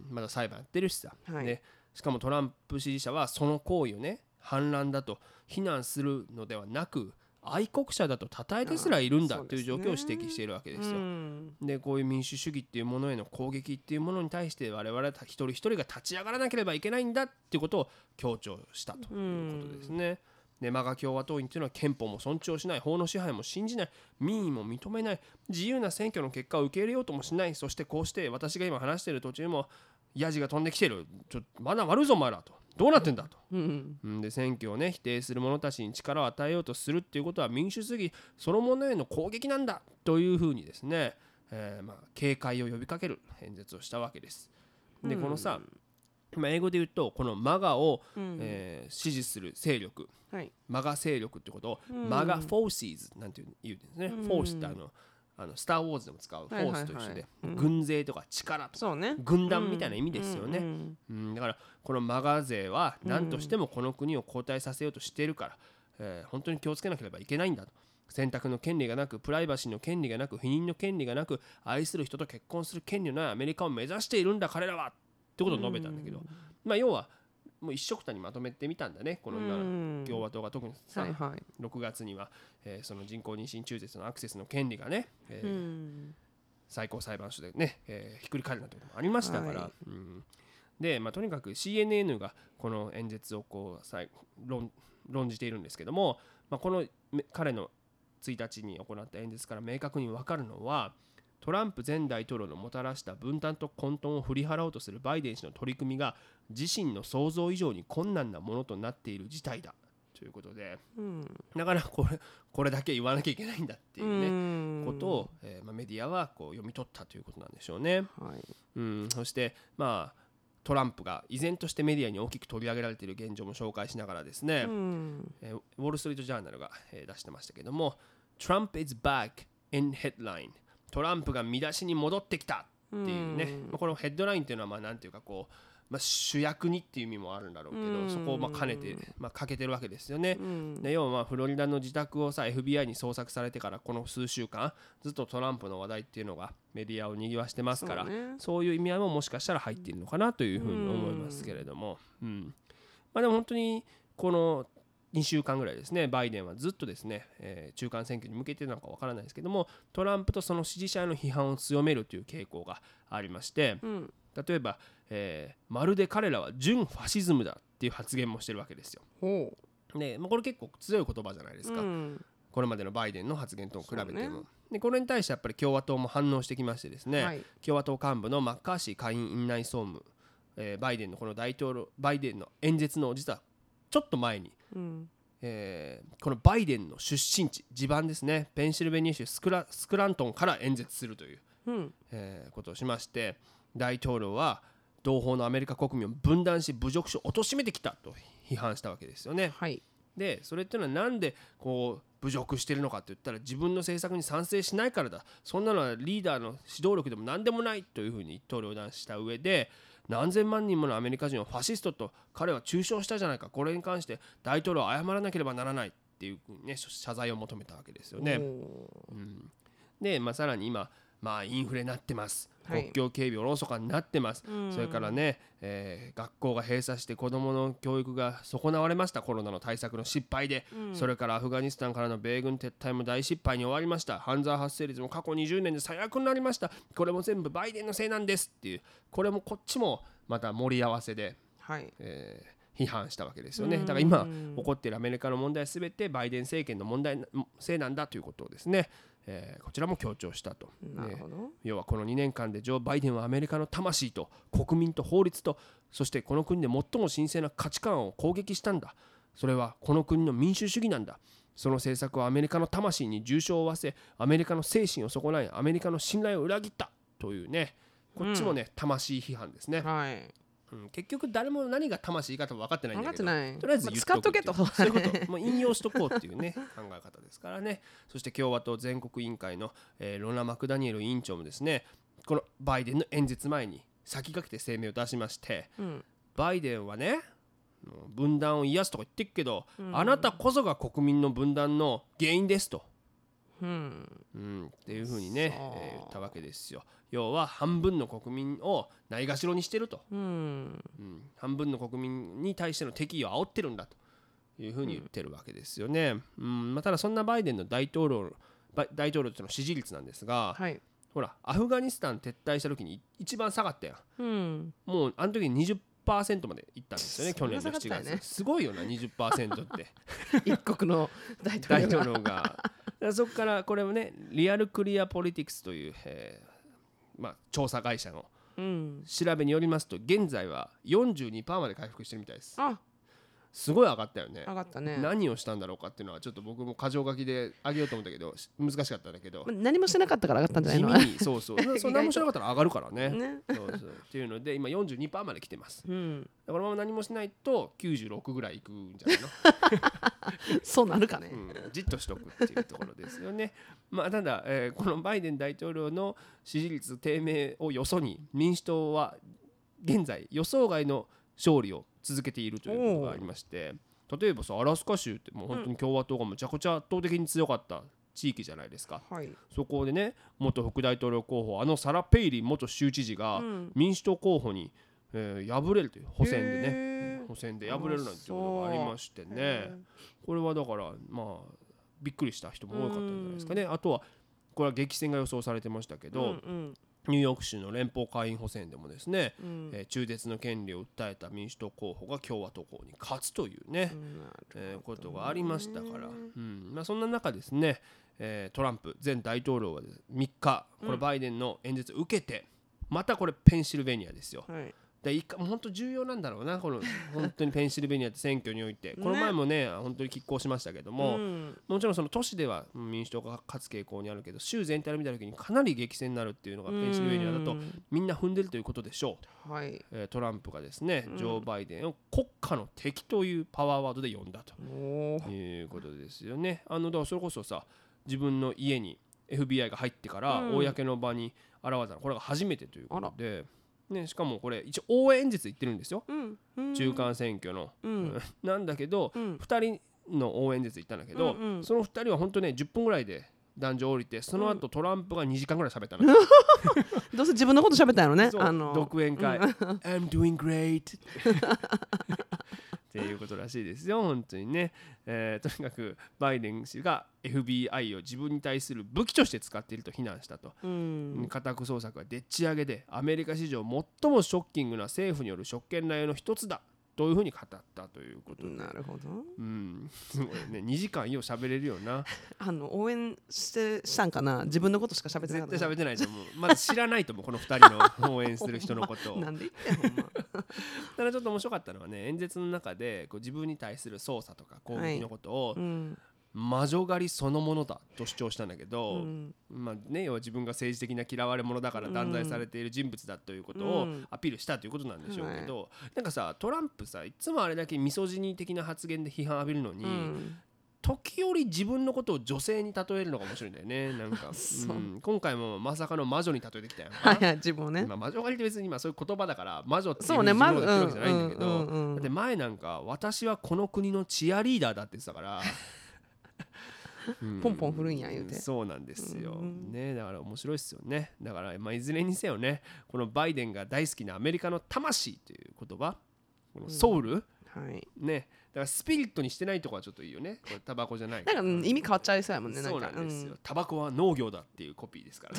S1: まだ裁判やってるしさ、はい、ね、しかもトランプ支持者はその行為をね反乱だと非難するのではなく愛国者だと称えてすらいるんだという状況を指摘しているわけですよ。でこういう民主主義っていうものへの攻撃っていうものに対して我々一人一人が立ち上がらなければいけないんだっていうことを強調したということですね。でマガ共和党員っていうのは憲法も尊重しない、法の支配も信じない、民意も認めない、自由な選挙の結果を受け入れようともしない、そしてこうして私が今話している途中もヤジが飛んできてる、ちょまだ悪いぞお前らと、どうなってんだと、うんうん、で選挙をね否定する者たちに力を与えようとするっていうことは民主主義そのものへの攻撃なんだというふうにですね、えーまあ、警戒を呼びかける演説をしたわけです。でこのさ、まあ、英語で言うとこのマガを、うんえー、支持する勢力、はい、マガ勢力ってことを、うん、マガフォーシーズなんて言うんですね、うん、フォースってあのあのスター・ウォーズでも使うフォースと一緒で、はいはいはい、軍勢とか力とか、うん、軍団みたいな意味ですよね、うんうんうん、だからこのマガ勢は何としてもこの国を後退させようとしているから、えー、本当に気をつけなければいけないんだと、選択の権利がなくプライバシーの権利がなく否認の権利がなく愛する人と結婚する権利のないアメリカを目指しているんだ彼らはってことを述べたんだけど、まあ要はもう一緒くたにまとめてみたんだね、この今共和党が特にさ、はいはい、ろくがつには、えー、その人工妊娠中絶のアクセスの権利がね、えー、最高裁判所でね、えー、ひっくり返るなんてこともありましたから、はい、うん、で、まあ、とにかく シーエヌエヌ がこの演説をこう論, 論じているんですけども、まあ、この彼のついたちに行った演説から明確に分かるのは、トランプ前大統領のもたらした分担と混沌を振り払おうとするバイデン氏の取り組みが自身の想像以上に困難なものとなっている事態だということで、うん、だからこれ、これだけ言わなきゃいけないんだっていう、ね、うんことを、えーまあ、メディアはこう読み取ったということなんでしょうね、はい、うん、そして、まあ、トランプが依然としてメディアに大きく取り上げられている現状も紹介しながらですね、うんえー、ウォール・ストリート・ジャーナルが、えー、出してましたけども Trump is back in headline、トランプが見出しに戻ってきたっていうね、うんまあ、このヘッドラインっていうのはまあなんていうかこう、まあ、主役にっていう意味もあるんだろうけど、うん、そこをまあ兼ねて、まあ、かけてるわけですよね、うん、で要はまあフロリダの自宅をさ エフビーアイ に捜索されてからこの数週間ずっとトランプの話題っていうのがメディアを賑わしてますから、 そうね、そういう意味合いももしかしたら入っているのかなというふうに思いますけれども、うんうんまあ、でも本当にこのにしゅうかんぐらいですね、バイデンはずっとですね、えー、中間選挙に向けてなのかわからないですけども、トランプとその支持者への批判を強めるという傾向がありまして、うん、例えば、えー、まるで彼らは純ファシズムだっていう発言もしてるわけですよ。で、まあ、これ結構強い言葉じゃないですか、うん、これまでのバイデンの発言と比べても、ね、でこれに対してやっぱり共和党も反応してきましてですね、はい、共和党幹部のマッカーシー下院院内総務、えー、バイデンのこの大統領バイデンの演説の実はちょっと前に、うんえー、このバイデンの出身地地盤ですね、ペンシルベニア州スクラ、スクラントンから演説するという、うんえー、ことをしまして、大統領は同胞のアメリカ国民を分断し侮辱し貶めてきたと批判したわけですよね、はい、でそれっていうのはなんでこう侮辱してるのかって言ったら、自分の政策に賛成しないからだ、そんなのはリーダーの指導力でも何でもないというふうに一刀両断した上で、何千万人ものアメリカ人をファシストと彼は中傷したじゃないか、これに関して大統領は謝らなければならないっていう、ね、謝罪を求めたわけですよね、うん、で、まあ、さらに今まあインフレになってます、はい、国境警備おろそかになってます、うん、それからね、えー、学校が閉鎖して子どもの教育が損なわれました。コロナの対策の失敗で、うん、それからアフガニスタンからの米軍撤退も大失敗に終わりました。犯罪発生率も過去にじゅうねんで最悪になりました。これも全部バイデンのせいなんですっていう、これもこっちもまた盛り合わせで、はい、えー、批判したわけですよね。だから今起こっているアメリカの問題は全てバイデン政権の問題せいなんだということをですね、えー、こちらも強調したと。なるほど、ね、要はこのにねんかんでジョー・バイデンはアメリカの魂と国民と法律と、そしてこの国で最も神聖な価値観を攻撃したんだ。それはこの国の民主主義なんだ。その政策はアメリカの魂に重傷を負わせ、アメリカの精神を損ない、アメリカの信頼を裏切ったというね、こっちもね、うん、魂批判ですね。はい、うん、結局誰も何が魂かと分かってないんだけど、とりあえず言っとく、まあ、使っとけと、そういうこともう引用しとこうっていうね考え方ですからね。そして共和党全国委員会の、えー、ロナ・マクダニエル委員長もですね、このバイデンの演説前に先駆けて声明を出しまして、うん、バイデンはね分断を癒すとか言ってるけど、うん、あなたこそが国民の分断の原因ですと、うんうん、っていうふうにね、えー、言ったわけですよ。要は半分の国民をないがしろにしてると、うんうん、半分の国民に対しての敵意を煽ってるんだというふうに言ってるわけですよね、うんうんまあ、ただそんなバイデンの大統領大統領との支持率なんですが、はい、ほらアフガニスタン撤退した時に一番下がったやん、うん、もうあの時に にじゅっパーセント までいったんですよね。去年のしちがつ、ね、すごいよな にじゅっパーセント って
S2: 一国の大統領が, 大統領
S1: がそこからこれもねリアルクリアポリティクスという、えーまあ、調査会社の調べによりますと、現在は よんじゅうにパーセント まで回復してるみたいです。あ、すごい上がったよね。
S2: 上がったね。
S1: 何をしたんだろうかっていうのはちょっと僕も箇条書きで上げようと思ったけど難しかったんだけど、
S2: 何もしてなかったから上がったんじゃないの。
S1: 地味にそうそうそう何もしなかったら上がるからねねそうそうっていうので今 よんじゅうにパーセント まで来てます、うん、このまま何もしないときゅうじゅうろくぐらいいくんじゃないの
S2: そうなるかね、
S1: うん、じっとしとくっていうところですよね。まあただ、えー、このバイデン大統領の支持率低迷をよそに民主党は現在予想外の勝利を続けているということがありまして、例えばさアラスカ州ってもう本当に共和党がむちゃくちゃ圧倒的に強かった地域じゃないですか、はい、そこでね元副大統領候補あのサラ・ペイリン元州知事が民主党候補に、えー、敗れるという補選でね補選で敗れるなんていうことがありましてね、これはだからまあびっくりした人も多かったんじゃないですかね。あとはこれは激戦が予想されてましたけど、うんうんニューヨーク州の連邦下院補選でもですね、うんえー、中絶の権利を訴えた民主党候補が共和党候補に勝つというね、うんえー、ことがありましたから、うんまあ、そんな中ですね、えー、トランプ前大統領はみっかこれバイデンの演説を受けて、うん、またこれペンシルベニアですよ、はいでいかもう本当重要なんだろうなこの本当にペンシルベニアって選挙においてこの前もね本当に拮抗しましたけども、うん、もちろんその都市では民主党が勝つ傾向にあるけど州全体を見た時にかなり激戦になるっていうのがペンシルベニアだとみんな踏んでるということでしょう、はいえー、トランプがですねジョー・バイデンを国家の敵というパワーワードで呼んだということですよね。あのだからそれこそさ自分の家に エフビーアイ が入ってから公の場に現れたのこれが初めてということでね、しかもこれ一応応援演説言ってるんですよ、うんうん、中間選挙の、うん、なんだけど、うん、ふたりの応援演説言ったんだけど、うんうん、そのふたりは本当ねじゅっぷんぐらいで壇上降りてその後トランプがにじかんぐらい喋ったの、うん、
S2: どうせ自分のこと喋ったんやろねあの
S1: 独演会、うん、I'm doing great っていうことらしいですよ本当にね、えー、とにかくバイデン氏が エフビーアイ を自分に対する武器として使っていると非難したと、うん、家宅捜索はでっち上げでアメリカ史上最もショッキングな政府による職権乱用の一つだというふうに語ったということで
S2: なるほど、
S1: うん、すごいねにじかんよう喋れるよな
S2: あの応援してしたんかな自分のことしか喋ってなかった
S1: 絶対喋ってないと思うまず知らないと思うこのふたりの応援する人のことを
S2: なんで言ってんほんま
S1: ただちょっと面白かったのはね演説の中でこう自分に対する捜査とか攻撃のことを、はいうん魔女狩りそのものだと主張したんだけど、うんまあね、要は自分が政治的な嫌われ者だから断罪されている人物だということをアピールしたということなんでしょうけど、うんはい、なんかさトランプさいつもあれだけミソジニー的な発言で批判浴びるのに、うん、時折自分のことを女性に例えるのが面白いんだよねなんか、うん、今回もまさかの魔女に例えてきたよ
S2: はいはい自分ね、
S1: まあ、魔女狩りって別に今そういう言葉だから魔女っていう自分が言ってるわけじゃないんだけど、うんうんうん、だって前なんか私はこの国のチアリーダーだって言ってたから
S2: ポンポン振るんや言うて。
S1: そうなんですよ、ね、だから面白いですよね。だから、まあ、いずれにせよね、このバイデンが大好きなアメリカの魂という言葉、このソウル、うんはい、ね、だからスピリットにしてないとこはちょっといいよね。これタバコじゃないから。
S2: なんか意味変わっちゃいそうやもんね。
S1: そうなんですよ。タバコは農業だっていうコピーですから。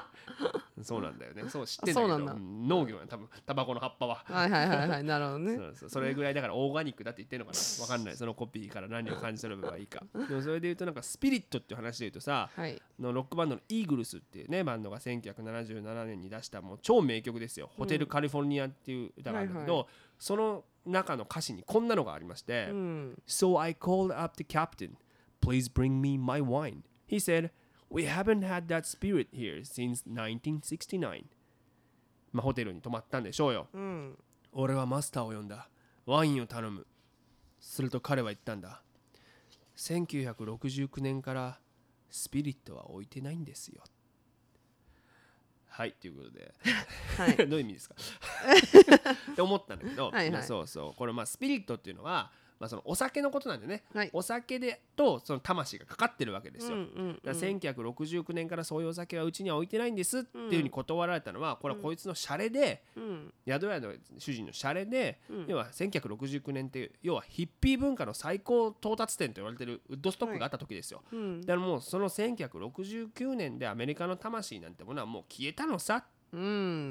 S1: そうなんだよね。そう知ってんだけど、農業や多分タバコの葉っぱは。
S2: はいはいはいはい、なるほどね。
S1: そうそう、それぐらいだからオーガニックだって言ってるのかな。わかんない。そのコピーから何を感じ取ればいいか。でもそれで言うとなんかスピリットっていう話で言うとさ、はい、のロックバンドのイーグルスっていうねバンドがせんきゅうひゃくななじゅうななねんに出したもう超名曲ですよ。ホテルカリフォルニアっていう歌があるんだけど、はいはい、その中の歌詞にこんなのがありまして、うん、So I called up the captain, please bring me my wine. He said, we haven't had that spirit here since nineteen sixty-nine. まあホテルに泊まったんでしょうよ、うん、俺はマスターを呼んだ。ワインを頼む。すると彼は言ったんだ。せんきゅうひゃくろくじゅうきゅうねんからスピリットは置いてないんですよ。はいということで、はい、どういう意味ですかって思ったんだけど、はいはい、そうそうこれまあスピリットっていうのは、まあ、そのお酒のことなんでね、はい、お酒でとその魂がかかってるわけですよ、うんうんうん、だからせんきゅうひゃくろくじゅうきゅうねんからそういうお酒はうちには置いてないんですっていうふうに断られたのは、これはこいつのシャレで、うん、宿屋の主人のシャレで、うん、要はせんきゅうひゃくろくじゅうきゅうねんっていう要はヒッピー文化の最高到達点と言われてるウッドストックがあった時ですよ、はいうん、だからもうそのせんきゅうひゃくろくじゅうきゅうねんでアメリカの魂なんてものはもう消えたのさうん、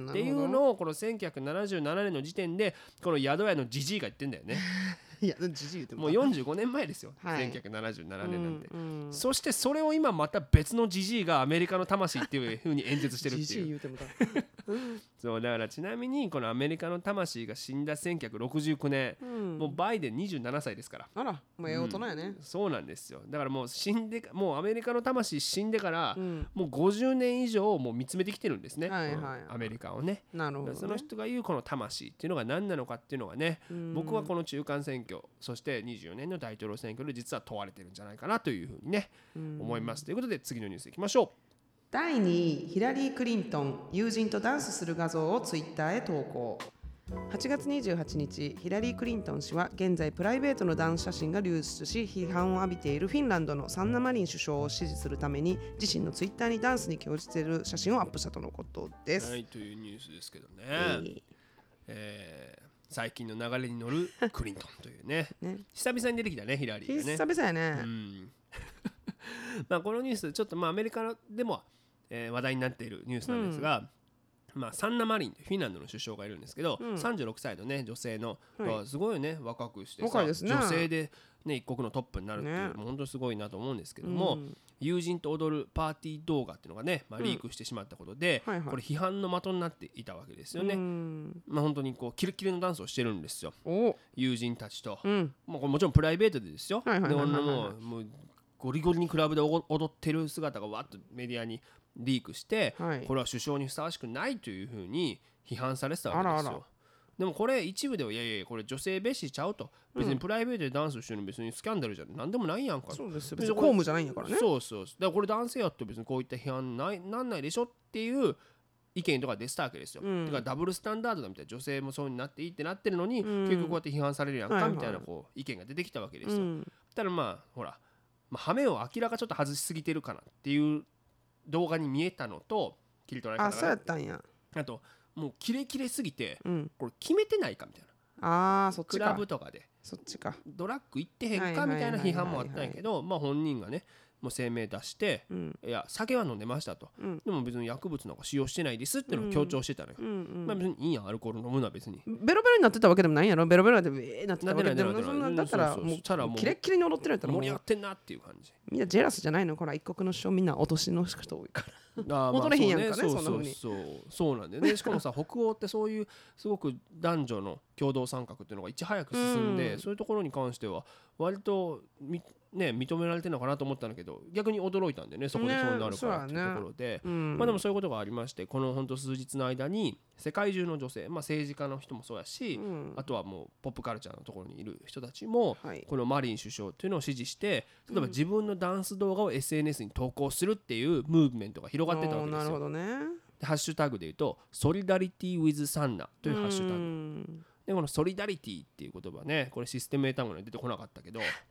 S1: っていうのをこのせんきゅうひゃくななじゅうななねんの時点でこの宿屋のジジイが言ってんだよね
S2: いやジジイ言っても
S1: もうよんじゅうごねんまえですよ、はい、せんきゅうひゃくななじゅうななねんなんて、うんうん、そしてそれを今また別のジジイがアメリカの魂っていう風に演説してるっていうジジイ言うてもたそうだからちなみにこのアメリカの魂が死んだせんきゅうひゃくろくじゅうきゅうねん、うん、もうバイデンにじゅうななさいですから。
S2: あらもうええ大人やね、うん、
S1: そうなんですよ。だからもう死んでもうアメリカの魂死んでから、うん、もうごじゅうねん以上もう見つめてきてるんですね、はいはい、アメリカをね。なるほどね。その人が言うこの魂っていうのが何なのかっていうのがね、うん、僕はこの中間選挙そしてにじゅうよねんの大統領選挙で実は問われてるんじゃないかなというふうにね、うん、思います。ということで次のニュースいきましょう。
S2: だいにいヒラリー・クリントン友人とダンスする画像をツイッターへ投稿。はちがつにじゅうはちにちヒラリー・クリントン氏は現在プライベートのダンス写真が流出し批判を浴びているフィンランドのサンナ・マリン首相を支持するために自身のツイッターにダンスに興じている写真をアップしたとのことです。
S1: はいというニュースですけどね、えーえー、最近の流れに乗るクリントンという ね, ね久々に出てきたねヒラリーがね
S2: 久々やね、
S1: うんまあこのニュースちょっとまあアメリカでも、えー、話題になっているニュースなんですが、うんまあ、サンナ・マリンフィンランドの首相がいるんですけど、うん、さんじゅうろくさいの、ね、女性の、はい、すごいね若くしてさ、ね、女性で、ね、一国のトップになるっていう、ね、もう本当にすごいなと思うんですけども、うん、友人と踊るパーティー動画っていうのがね、まあ、リークしてしまったことで、うんはいはい、これ批判の的になっていたわけですよね、うんまあ、本当にこうキレッキレのダンスをしてるんですよ友人たちと、うんまあ、これもちろんプライベートでですよ、はいはいはいはい、でもうもうゴリゴリにクラブで踊ってる姿がわっとメディアにリークして、はい、これは首相にふさわしくないというふうに批判されてたわけですよ。あらあらでもこれ一部ではいやいやこれ女性蔑視ちゃうと、別にプライベートでダンスしてるの別にスキャンダルじゃ何でもないやんか。
S2: そうですよ別に公務じゃないんやからね。
S1: そうそうだからこれ男性やって別にこういった批判ないなんないでしょっていう意見とか出てたわけですよ、うん、だからダブルスタンダードだみたいな女性もそうになっていいってなってるのに、うん、結局こうやって批判されるやんか、はいはい、みたいなこう意見が出てきたわけですよ、うん、ただまあほらまあ、羽目を明らかちょっと外しすぎてるかなっていう動画に見えたのと切り取られ方が、
S2: あそうやったんや。
S1: あともうキレキレすぎて、うん、これ決めてないかみたい
S2: な、あそっちか
S1: クラブとかで
S2: そっちか
S1: ドラッグ行ってへんかみたいな批判もあったんやけど、まあ本人がねもう声明出して、うん、いや酒は飲んでましたと、うん、でも別に薬物なんか使用してないですっていうのを強調してたのよ、うんうんうんまあ、別にいいやんアルコール飲むのは別に
S2: ベロベロになってたわけでもないんやろ。ベロベロでえーなってたわけでもないだったらもうキレッキレに踊ってるやったら
S1: 盛り上がってんなっていう感じ。
S2: みんなジェラスじゃないの。これ一国の首相みんなお年の人多いから踊れへんやんかね。そんな風に
S1: そうそうなんだよね。しかもさ北欧ってそういうすごく男女の共同参画っていうのがいち早く進んで、うん、そういうところに関しては割とみね、認められてるのかなと思ったんだけど逆に驚いたんでねそこでそうなるからっていうところで、ねうんまあ、でもそういうことがありましてこの本当数日の間に世界中の女性、まあ、政治家の人もそうやし、うん、あとはもうポップカルチャーのところにいる人たちも、はい、このマリン首相っていうのを支持して例えば自分のダンス動画を エスエヌエス に投稿するっていうムーブメントが広がってたわけですよ。なるほどね。でハッシュタグで言うとソリダリティ with サンナというハッシュタグでこのソリダリティっていう言葉ねこれシステム英単語に出てこなかったけど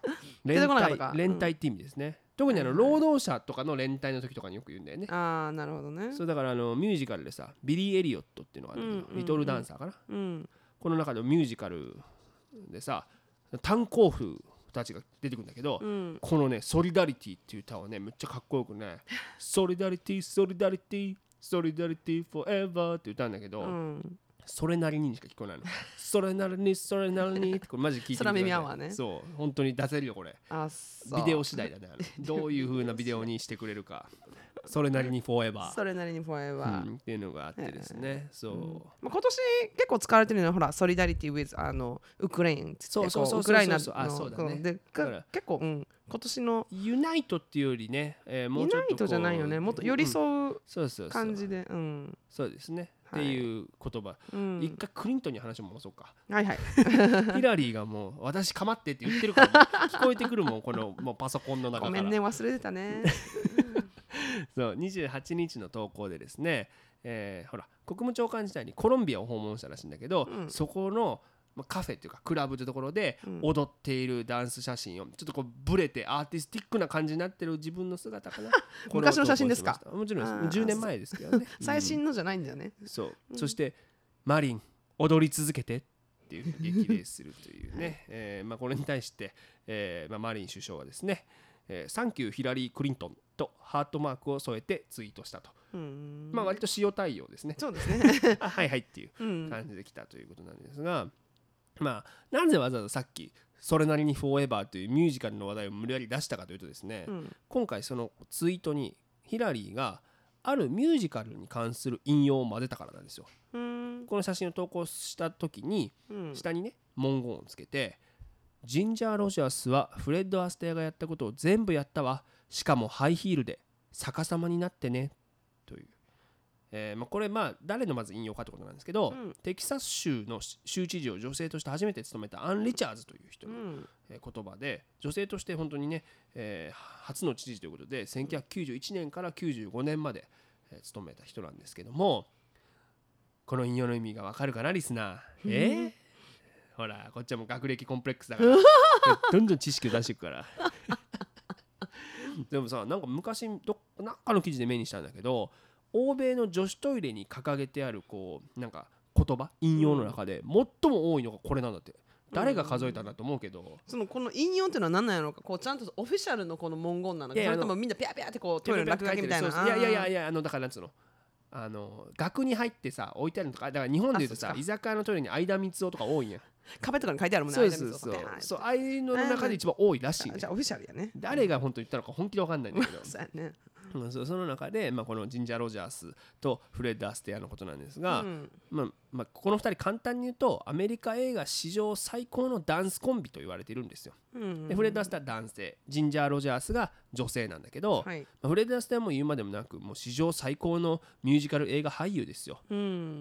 S1: 連帯連帯って意味ですね、うん、特にあの労働者とかの連帯の時とかによく言うんだよね。
S2: ああなるほどね。
S1: そうだからあのミュージカルでさビリー・エリオットっていうのがあるんだけど、うんうんうん、リトルダンサーかな、うん、この中でミュージカルでさ炭鉱夫たちが出てくるんだけど、うん、このねソリダリティっていう歌をねめっちゃかっこよくねソリダリティソリダリティソリダリティフォーエバーって歌うんだけど、うん、それなりにしか聞こえないのそれなりにそれなりにってこれマジ聞いてみてください。
S2: 空耳アワーね。
S1: そう本当に出せるよこれ。あビデオ次第だねどういう風なビデオにしてくれるかそれなりにフォーエバー
S2: それなりにフォーエバー、
S1: うん、っていうのがあってですね、そう、うん
S2: まあ、今年結構使われてるのはほらソリダリティ with あのウクライナ
S1: そうそうそう
S2: ウクライナの
S1: あそうだね
S2: で結構、うん、今年の
S1: ユナイトっていうよりね、
S2: えー、もうちょっとユナイトじゃないよねもっと寄り添う感じで、
S1: うん、そうそうそう、うん、そうですね、はい、っていう言葉、うん、一回クリントンに話も戻そうか。
S2: はいはい
S1: ヒラリーがもう私かまってって言ってるから聞こえてくるもんこのもうパソコンの中から。
S2: ごめんね忘れてたね
S1: そうにじゅうはちにちの投稿でですね、えー、ほら国務長官時代にコロンビアを訪問したらしいんだけど、うん、そこのカフェっていうかクラブというところで踊っているダンス写真をちょっとこうブレてアーティスティックな感じになってる自分の姿かな
S2: 昔の写真ですか。
S1: もちろんじゅうねんまえですけどね
S2: 最新のじゃないんだよね、
S1: うん、そう、うん、そしてマリン踊り続けてっていう激励するというね、えーまあ、これに対して、えーまあ、マリン首相はですね、えー、サンキューヒラリー・クリントンとハートマークを添えてツイートしたと。うんまあ割と塩対応ですね。
S2: そうですね
S1: あはいはいっていう感じで来たということなんですが、まあなぜわざわざさっきそれなりにフォーエバーというミュージカルの話題を無理やり出したかというとですね、うん、今回そのツイートにヒラリーがあるミュージカルに関する引用を混ぜたからなんですよ。うんこの写真を投稿した時に、うん、下にね文言をつけてジンジャー・ロジャースはフレッド・アステアがやったことを全部やったわ、しかもハイヒールで逆さまになってねという、えーまあ、これまあ誰のまず引用かということなんですけど、うん、テキサス州の州知事を女性として初めて務めたアン・リチャーズという人の、うんえー、言葉で女性として本当にね、えー、初の知事ということでせんきゅうひゃくきゅうじゅういちねんからきゅうじゅうごねんまで、えー、務めた人なんですけども、この引用の意味がわかるかなリスナー、えーほらこっちはもう学歴コンプレックスだからどんどん知識を出していくからでもさなんか昔どなんかの記事で目にしたんだけど欧米の女子トイレに掲げてあるこうなんか言葉引用の中で最も多いのがこれなんだって。誰が数えたんだと思うけど、うん、
S2: そのこの引用っていうのは何なんやろうか。こうちゃんとオフィシャルのこの文言なのか、それともみんなピャピャってこうトイレの落書きみたいな。
S1: いやいやいやいやあのだからなんつうのあの額に入ってさ置いてあるのとかだから日本でいうとさ居酒屋のトイレに相田光雄とか多いんや。
S2: 壁とかに書いてあるもんね。
S1: そうそうそうそうああいうのの中で一番多いらしい、ね、
S2: じゃあオフィシャルやね。
S1: 誰が本当に言ったのか本気で分かんないんだけど
S2: そうやね。
S1: そ, その中で、まあ、このジンジャー・ロジャースとフレッド・アステアのことなんですが、うんまあまあ、このふたり簡単に言うとアメリカ映画史上最高のダンスコンビと言われているんですよ、うんうん、でフレッド・アステアは男性ジンジャー・ロジャースが女性なんだけど、はいまあ、フレッド・アステアも言うまでもなくもう史上最高のミュージカル映画俳優ですよ、うん、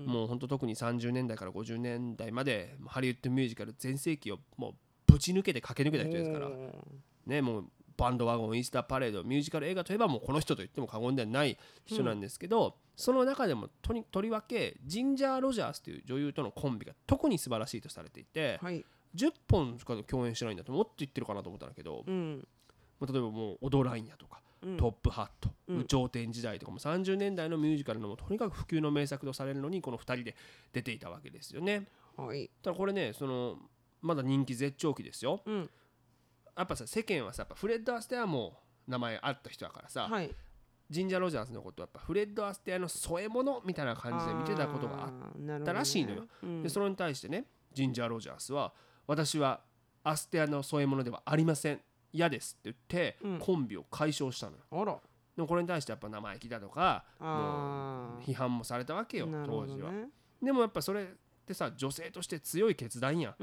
S1: もう本当特にさんじゅうねんだいからごじゅうねんだいまでハリウッドミュージカル全盛期をもうぶち抜けて駆け抜けた人ですからね。もうバンドワゴンイースターパレードミュージカル映画といえばもうこの人と言っても過言ではない人なんですけど、うん、その中でもとにとりわけジンジャー・ロジャースという女優とのコンビが特に素晴らしいとされていて、はい、じゅっぽんしか共演してないんだともっと言ってるかなと思ったんだけど、うんまあ、例えばもうオドラインヤとか、うん、トップハット、うん、有頂天時代とかもさんじゅうねんだいのミュージカルのもとにかく不朽の名作とされるのにこのふたりで出ていたわけですよね、はい、ただこれねそのまだ人気絶頂期ですよ、うん、やっぱさ世間はさやっぱフレッド・アステアも名前あった人だからさ、はい、ジンジャー・ロジャースのことはやっぱフレッド・アステアの添え物みたいな感じで見てたことがあったらしいのよ、ねうん、でそれに対してねジンジャー・ロジャースは私はアステアの添え物ではありません嫌ですって言って、うん、コンビを解消したのよ。あらでもこれに対してやっぱ生意気だとかもう批判もされたわけよ当時は、ね、でもやっぱそれでさ女性として強い決断や、うん、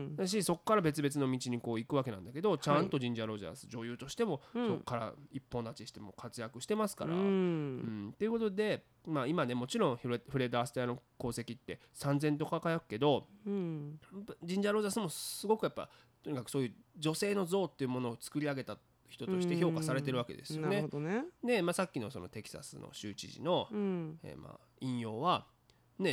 S1: だしそこから別々の道にこう行くわけなんだけどちゃんとジンジャー・ロジャース、はい、女優としても、うん、そこから一本立ちしても活躍してますから、うんうん、っていうことで、まあ、今ねもちろんフレフレッド・アステアの功績って三千と輝くけど、うん、ジンジャー・ロジャースもすごくやっぱとにかくそういう女性の像っていうものを作り上げた人として評価されてるわけですよね。なるほどね。で、まあ、さっきのそのテキサスの州知事の、うんえーまあ、引用はね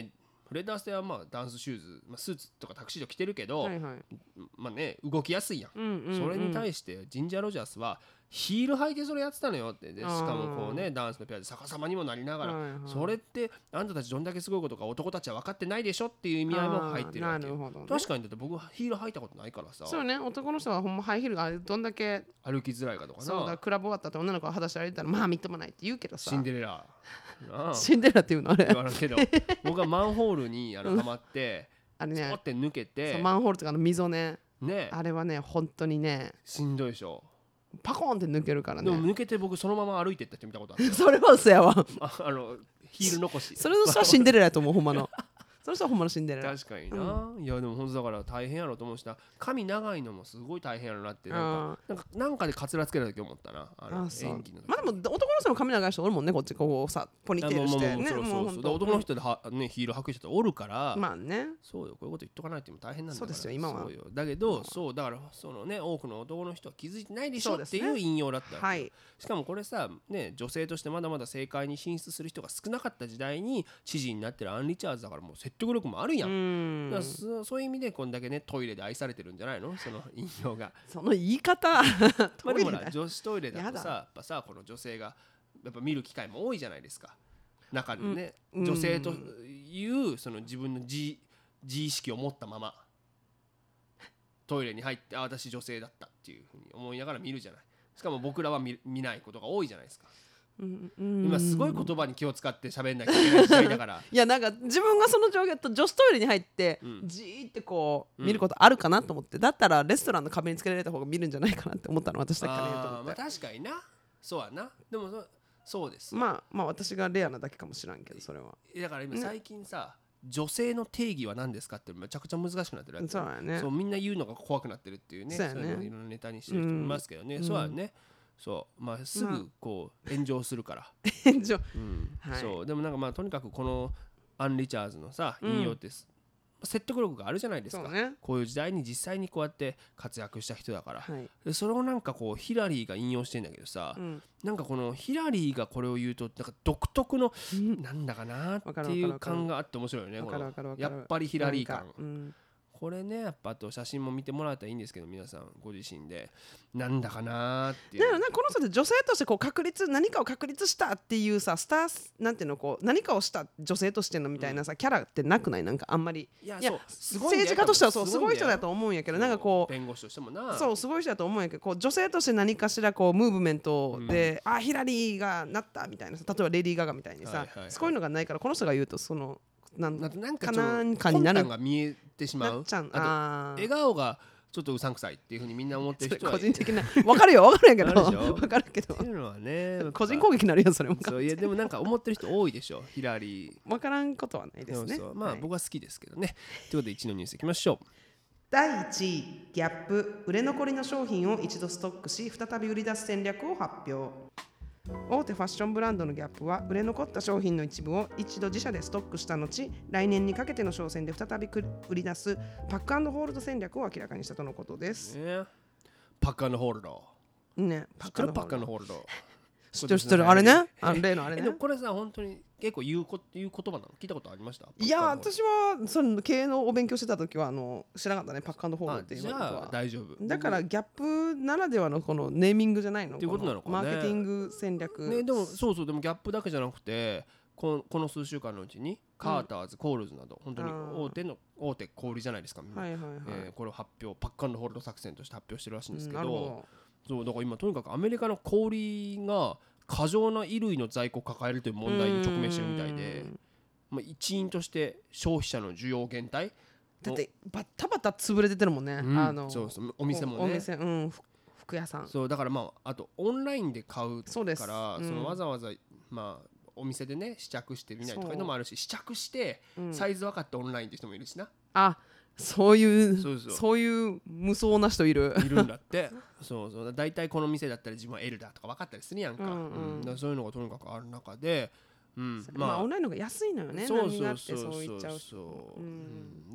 S1: フレッド・アステアはまあダンスシューズ、まあ、スーツとかタクシード着てるけど、
S2: はいはい、
S1: まあね動きやすいやん、
S2: うんうんうん、
S1: それに対してジンジャー・ロジャースはヒール履いてそれやってたのよって。でしかもこうねダンスのペアで逆さまにもなりながら、はいはい、それってあんたたちどんだけすごいことか男たちは分かってないでしょっていう意味合いも入ってるわけ。なるほど、ね、確かにだって僕ヒール履いたことないからさ。
S2: そうね、男の人はほんまハイヒールがどんだけ
S1: 歩きづらいかとかな。
S2: そうだ、クラブ終わったって女の子が裸足歩いたらまあみっともないって言うけどさ。
S1: シンデレラ
S2: シンデレラっていうのあれ
S1: 言わんけど僕はマンホールにあのはまって
S2: あれね、
S1: スポって抜けて、
S2: そうマンホールとかの溝ね、
S1: ね、
S2: あれはね本当にね
S1: しんどいでしょ。
S2: パコーンって抜けるからね。
S1: でも抜けて僕そのまま歩いてったって見たことある
S2: それは嘘やわ
S1: ああのヒール残し
S2: それの人はシンデレラやと思うほんまのその人はほんまのシンデレラ。
S1: 確かにな、うん、いやでも本当だから大変やろと思うしな。髪長いのもすごい大変やろなってなんかなんかなんかでカツラつけた時思ったな。あの演技の
S2: まあでも男の人の髪長い人おるもんね、こっちこうさポニーテールしてね。
S1: そうそうそう、男の人では、ね、ヒール履く人っておるから、
S2: まあね、
S1: そうよ、こういうこと言っとかないと大変なんだから。
S2: そうですよ今は。
S1: そうよだけど、そうだからそのね多くの男の人は気づいてないでしょっていう引用だった、ね、はい。しかもこれさね女性としてまだまだ政界に進出する人が少なかった時代に知事になってるアン・リチャーズだからもう説得力もあるやん。うんだからそそういう意味でこんだけねトイレで愛されてるんじゃないの、その引用が。
S2: その言い方
S1: まあでもほら女子トイレだとさやっぱさこの女性がやっぱ見る機会も多いじゃないですか中でね、うん、女性というその自分の自自意識を持ったままトイレに入ってあ私女性だったっていうふうに思いながら見るじゃない。しかも僕らは 見, 見ないことが多いじゃないですか。うんうん、今すごい言葉に気を使って喋んなきゃいけない時代だから
S2: いやなんか自分がその状況と女子トイレに入ってじーってこう見ることあるかなと思って、うん、だったらレストランの壁につけられた方が見るんじゃないかなって思ったの私だけから言うと思って。
S1: まあ確かにな、そうやな。でも そ, そうです
S2: まあまあ私がレアなだけかもしらんけどそれは
S1: だから今最近さ、ね、女性の定義は何ですかってめちゃくちゃ難しくなってるわけ。
S2: そうやね。
S1: そうみんな言うのが怖くなってるっていうね。そうやね。そういうのいろんなネタにしてる人もいますけどね、うん、そうやね。そうまあすぐこう炎上するから
S2: 炎上、
S1: うんはい、そうでもなんかまあとにかくこのアン・リチャーズのさ引用って、うん、説得力があるじゃないですか、ね、こういう時代に実際にこうやって活躍した人だから、はい、でそれをなんかこうヒラリーが引用してんだけどさ、うん、なんかこのヒラリーがこれを言うとなんか独特の、うん、なんだかなっていう感があって面白いよね。このやっぱりヒラリー感、これねやっぱあと写真も見てもらえたらいいんですけど皆さんご自身でなんだかなっていう。
S2: だからなこの人って女性としてこう確立何かを確立したっていうさスターなんていうのこう何かをした女性としてのみたいなさ、うん、キャラってなくないなんかあんまり。
S1: いやそうすごい
S2: 政治家としてはそうすごい人だと思うんやけどなんかこう
S1: 弁護士としてもな
S2: そうすごい人だと思うんやけどこう女性として何かしらこうムーブメントで、うん、あヒラリーがなったみたいなさ例えばレディー・ガガみたいにさ、はいはいはい、そういうのがないからこの人が言うとそのなん
S1: なんかなんかになるが見えてしまう。あと笑顔がちょっとうさんくさいっていう風にみんな思ってる人は
S2: 個人的な分かるよ分かるんやけど分かるけど
S1: っていうのはね
S2: 個人攻撃になるよそれも。
S1: そういやでもなんか思ってる人多いでしょヒラリー。
S2: 分からんことはないですね。
S1: そうそうまあ、はい、僕は好きですけどね。ということでいちのニュースいきましょう。
S2: だいいちいギャップ売れ残りの商品を一度ストックし再び売り出す戦略を発表。大手ファッションブランドのギャップは売れ残った商品の一部を一度自社でストックした後来年にかけての商戦で再び売り出すパック&ホールド戦略を明らかにしたとのことです、ね、
S1: パック&ホールド
S2: ね
S1: パック&ホールドパック&ホールド
S2: 知ってる知ってるあれねあの例のあれね。
S1: でもこれさ本当に結構言うこ言う言葉なの聞いたことありました？
S2: いや私はその経営のお勉強してた時はあの知らなかったねパック&ホールドっていうことは。
S1: じゃあ大丈夫。
S2: だからギャップならではのこのネーミングじゃないの
S1: っていうことなのかね。
S2: マーケティング戦略、
S1: ね、でもそうそうでもギャップだけじゃなくてこの、この数週間のうちにカーターズ、うん、コールズなど本当に大手の大手小売じゃないですか、はいはいはいえー、これを発表パック&ホールド作戦として発表してるらしいんですけど、うん、なるほど。そうだから今とにかくアメリカの小売が過剰な衣類の在庫を抱えるという問題に直面してるみたいで、まあ、一因として消費者の需要減退
S2: だってバタバタ潰れててるもんね、うん、あの
S1: そうそうお店もね
S2: お店、うん、服屋さん
S1: そうだからまああとオンラインで買うからそ、うん、そのわざわざまあお店でね試着してみないとかいうのもあるし試着してサイズ分かってオンラインって人もいるしな、うん、
S2: あそういうそうそうそういう無双な人いる
S1: いるんだってそうそうだいたいこの店だったら自分は L だとか分かったりするやんか、うんうんうん、だからそういうのがとにかくある中で、うん
S2: まあ、まあオンラインの方が安いのよね。
S1: そうそうそうそうそうそう、うん、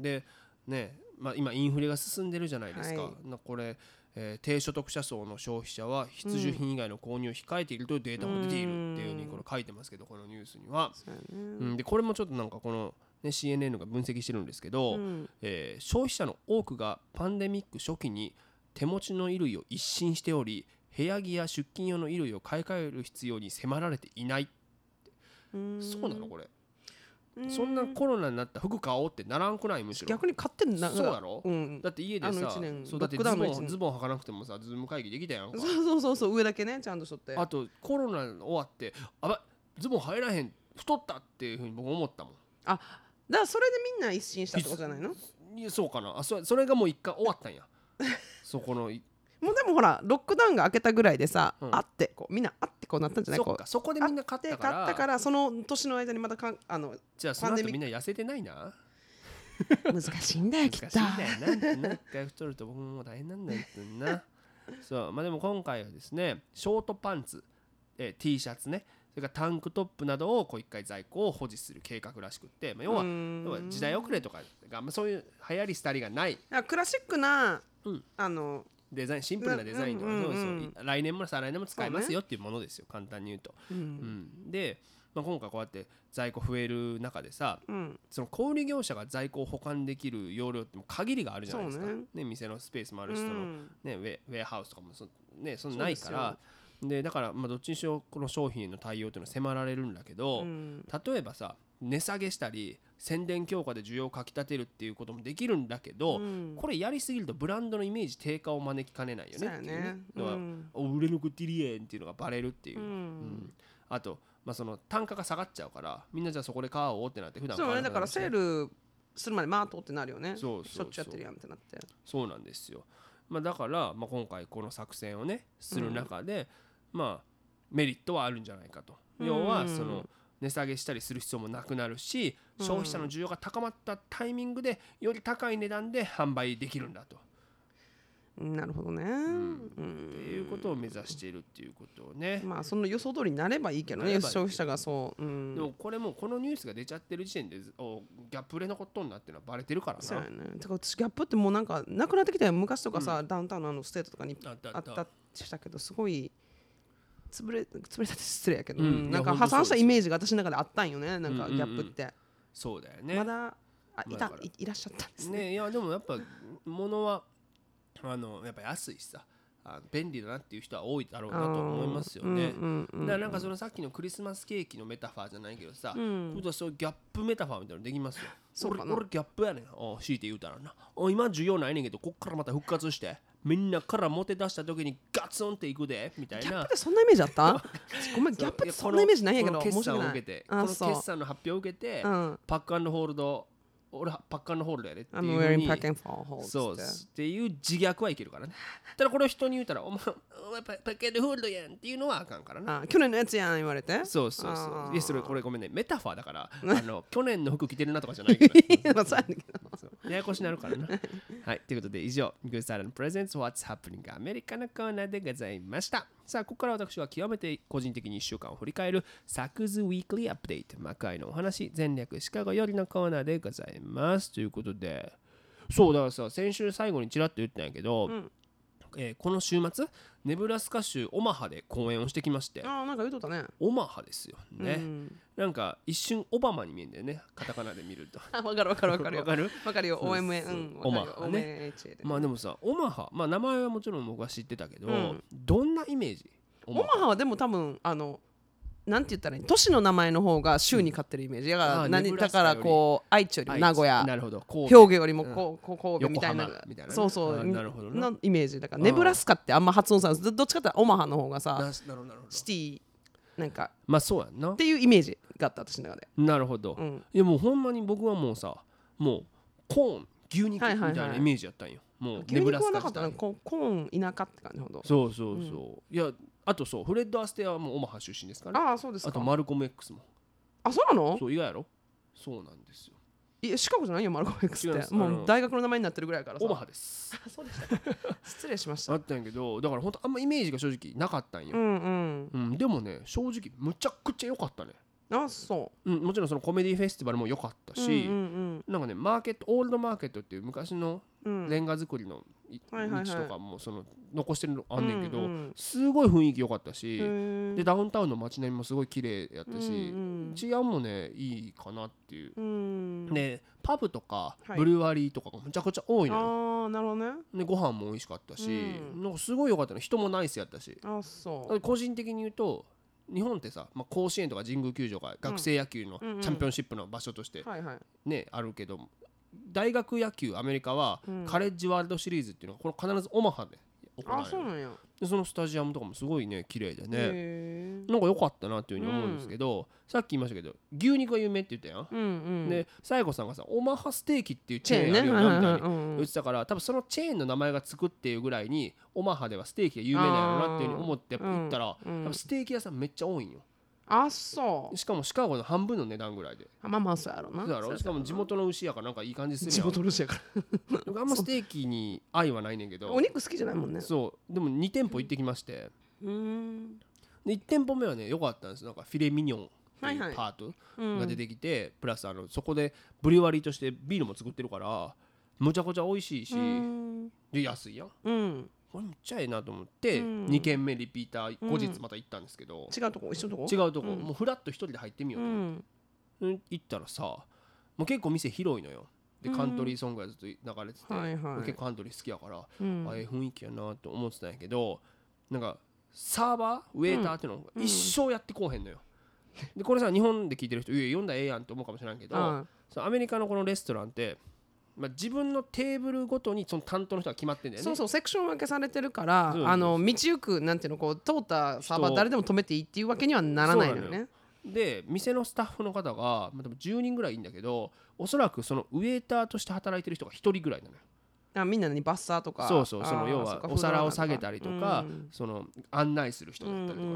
S1: でね、まあ、今インフレが進んでるじゃないですか、はい、これ、えー、低所得者層の消費者は必需品以外の購入を控えているというデータも出ているっていうふうにこれ書いてますけどこのニュースには、うんうん、でこれもちょっとなんかこのね、シーエヌエヌ が分析してるんですけど、うんえー、消費者の多くがパンデミック初期に手持ちの衣類を一新しており、部屋着や出勤用の衣類を買い替える必要に迫られていないって。うーんそうなのこれ。そんなコロナになった服買おうってならんくない？むしろ
S2: 逆に買ってんな。
S1: そうだろ、うん、だって家でさそうだってズボン、ズボン履かなくてもさズーム会議できたやんか。
S2: そうそうそうそう上だけねちゃんとしとって。
S1: あとコロナ終わってあばズボン入らへん太ったっていうふうに僕思ったもん。
S2: あだからそれでみんな一新したってことじゃないの？
S1: いやそうかなあ そ, それがもう一回終わったんやそこの
S2: もうでもほらロックダウンが明けたぐらいでさ、うん、あってこうみんなあってこうなったんじゃない？
S1: そっかそこでみんな買ったから
S2: 買ったからその年の間にまたかあの
S1: じゃあその後みんな痩せてないな
S2: 難しいんだよきっと。
S1: 難しいんだよななんか太ると僕も大変なんだよってなそうまあでも今回はですねショートパンツ、えー、T シャツねそれからタンクトップなどをこう一回在庫を保持する計画らしくって、まあ、要は要は時代遅れとかが、まあ、そういう流行り廃りがない
S2: クラシックな、うん、あの
S1: デザインシンプルなデザインとか、うんうん、そう来年も再来年も使えますよっていうものですよ、ね、簡単に言うと、うんうん、で、まあ、今回こうやって在庫増える中でさ、うん、その小売業者が在庫を保管できる容量っても限りがあるじゃないですか、ねね、店のスペースもあるし、そのね、ウェ、ウェアハウスとかもそ、ね、そんなないからでだからまあどっちにしろこの商品への対応というのは迫られるんだけど、うん、例えばさ値下げしたり宣伝強化で需要をかきたてるっていうこともできるんだけど、うん、これやりすぎるとブランドのイメージ低下を招きかねないよねっていうね、うん、売れ残ってるやんっていうのがバレるっていう、うんうん、あと、まあ、その単価が下がっちゃうからみんなじゃあそこで買おうってなって普段買わなくなっちゃう。
S2: そうねだからセールするまでマートってなるよね。そうそうそうしょっちゅうやってるやんってなって
S1: そうなんですよ、まあ、だから、まあ、今回この作戦をねする中で、うん、まあメリットはあるんじゃないかと、うん、要はその値下げしたりする必要もなくなるし消費者の需要が高まったタイミングでより高い値段で販売できるんだと。
S2: なるほどね、うん
S1: うん、っていうことを目指しているっていうことをね。
S2: まあその予想通りになればいいけどね消費者がそう、うん、
S1: でもこれもこのニュースが出ちゃってる時点でおギャップ売れのことになってるのはバレてるからな。
S2: そうやね。だから私ギャップってもうなんかなくなってきたよ昔とかさ、うん、ダウンタウンのあのステートとかにあったあったしたけどすごい潰れ潰れたって失礼やけど、うん、なんか破産したイメージが私の中であったんよねなんかギャップって、うんうんうん、
S1: そうだよね。
S2: まだあいた い, いらっしゃったんですね。
S1: ねいやでもやっぱ物はあのやっぱ安いしさあ便利だなっていう人は多いだろうなと思いますよね、うんうんうんうん、だからなんかそのさっきのクリスマスケーキのメタファーじゃないけどさ、うん、そうギャップメタファーみたいなのできますよ。そうかな 俺, 俺ギャップやねん強いて言うたらな今需要ないねんけどこっからまた復活してみんなからモテ出した時にガツンっていくでみたいな。
S2: ギャップってそんなイメージあったごめんギャップってそんなイメージないんやけど
S1: 決算を受けてこの決算の発表を受けて、うん、パック&ホールド俺パック&ホールドやでっていう風にそうっていう自虐はいけるからね。ただこれを人に言うたらお前パック&ホールドやんっていうのはあかんからな。
S2: あ去年のやつやん言われて
S1: そうそうそういやそれこれごめんねメタファーだからあの去年の服着てるなとかじゃないからそうややこしになるからなはいということで以上 Good Silent Presents What's Happening アメリカのコーナーでございました。さあここから私は極めて個人的にいっしゅうかんを振り返るサクズウィークリーアップデート魔界のお話全略シカゴよりのコーナーでございますということでそうだからさ先週最後にちらっと言ったんやけど、うんえー、この週末ネブラスカ州オマハで講演をしてきまして。
S2: あなんか言うとったね。
S1: オマハですよね、うん、なんか一瞬オバマに見えるんだよねカタカナで見ると
S2: あ分かる分かる分かる
S1: 分かる
S2: 分かるよ オーエムエー うん
S1: オマハね。まあでもさオマハまあ名前はもちろん僕は知ってたけど、うん、どんなイメージ
S2: オマハはでも多分あのなんて言ったらいい都市の名前の方が州に勝ってるイメージ、うん、だから何だからこう愛知よりも名古屋兵庫よりもこう、うん、神戸みたいなみたいな、ね、そうそうなるほどのイメージだからネブラスカってあんま発音さどっちかってオマハの方がさシティなんか
S1: まあそうやんな
S2: っていうイメージがあった私の中で。
S1: なるほど、うん、いやもうほんまに僕はもうさもうコーン牛肉みたいなイメージやったんよ、はいはいはい、もうネブラスカ
S2: 牛肉はなかったねコーン田舎って感じほど。
S1: そうそうそう、うん、いやあとそうフレッド・アステアはもうオマハ出身ですからね。
S2: ああそうですか。
S1: あとマルコム X も。
S2: あそうなの。
S1: そう意外やろ。そうなんですよ。
S2: いやシカゴじゃないよマルコム X ってもう大学の名前になってるぐらいからさ。
S1: オマハです。
S2: あそうでしたか失礼しました。
S1: あったんやけどだから本当あんまイメージが正直なかったんよ、
S2: うんうん
S1: うん、でもね正直むちゃくちゃ良かったね。
S2: あそう、
S1: うん、もちろんそのコメディフェスティバルも良かったし、うんうんうん、なんかねマーケットオールドマーケットっていう昔のレンガ造りの道とかもその残してるのあんねんけど、すごい雰囲気良かったし、でダウンタウンの街並みもすごい綺麗やったし、治安もねいいかなっていう。でパブとかブルワリーとかがむちゃくちゃ多いのよ。
S2: あ、なるほどね。
S1: でご飯も美味しかったし、なんかすごい良かったの。人もナイスやったし。
S2: あ、そう。
S1: 個人的に言うと日本ってさ、まあ、甲子園とか神宮球場が学生野球のチャンピオンシップの場所としてねあるけど、大学野球アメリカはカレッジワールドシリーズっていうのがこれ必ずオマハで行われる。
S2: あ、そうなんや。
S1: でそのスタジアムとかもすごいね綺麗でね、なんか良かったなっていうふうに思うんですけど、うん、さっき言いましたけど牛肉が有名って言ったやん、うんうん、で西郷さんがさオマハステーキっていうチェーンあるよなみたいに言ってたから、多分そのチェーンの名前がつくっていうぐらいにオマハではステーキが有名なんやろなっていうふうに思って行ったら、うんうん、多分ステーキ屋さんめっちゃ多いんよ。
S2: あ、そう。
S1: しかもシカゴの半分の値段ぐらいで。
S2: あ、まあまあそうやろな。
S1: そうやろ。しかも地元の牛やからなんかいい感じするやん。
S2: 地元の牛やから
S1: あんまステーキに愛はないねんけど。
S2: お肉好きじゃないもんね。
S1: そうでもに店舗行ってきまして、うん、でいち店舗目はね良かったんです。なんかフィレミニョンっていうパートが出てきて、はいはい、プラスあのそこでブリュワリーとしてビールも作ってるからむちゃくちゃ美味しいし、で安いやん、うん、これめっちゃええなと思って、うん、に軒目リピーター後日また行ったんですけど、
S2: うん、違うとこ一緒のとこ
S1: 違うとこ、うん、もうフラッと一人で入ってみようと思って、うん、行ったらさもう結構店広いのよ。でカントリーソングがずっと流れてて、はいはい、結構カントリー好きやから、うん、あええ雰囲気やなと思ってたんやけど、なんかサーバーウェーターっていうのが一生やってこうへんのよ、うん、でこれさ日本で聞いてる人いや読んだらええやんって思うかもしれないけど、うん、そのアメリカのこのレストランってまあ、自分のテーブルごとにその担当の人が決まってんだよね。
S2: そうそうセクション分けされてるから、あの道行くなんていうのこう通ったサーバー誰でも止めていいっていうわけにはならないのよね。
S1: で店のスタッフの方が、まあ、でもじゅうにんぐらいいるんだけど、おそらくそのウェーターとして働いてる人がひとりぐらいなのよ。
S2: あ、みんなにバッサーとか、
S1: そうそう、その要はお皿を下げたりとか、うん、その案内する人だったりとか、うんうんうん、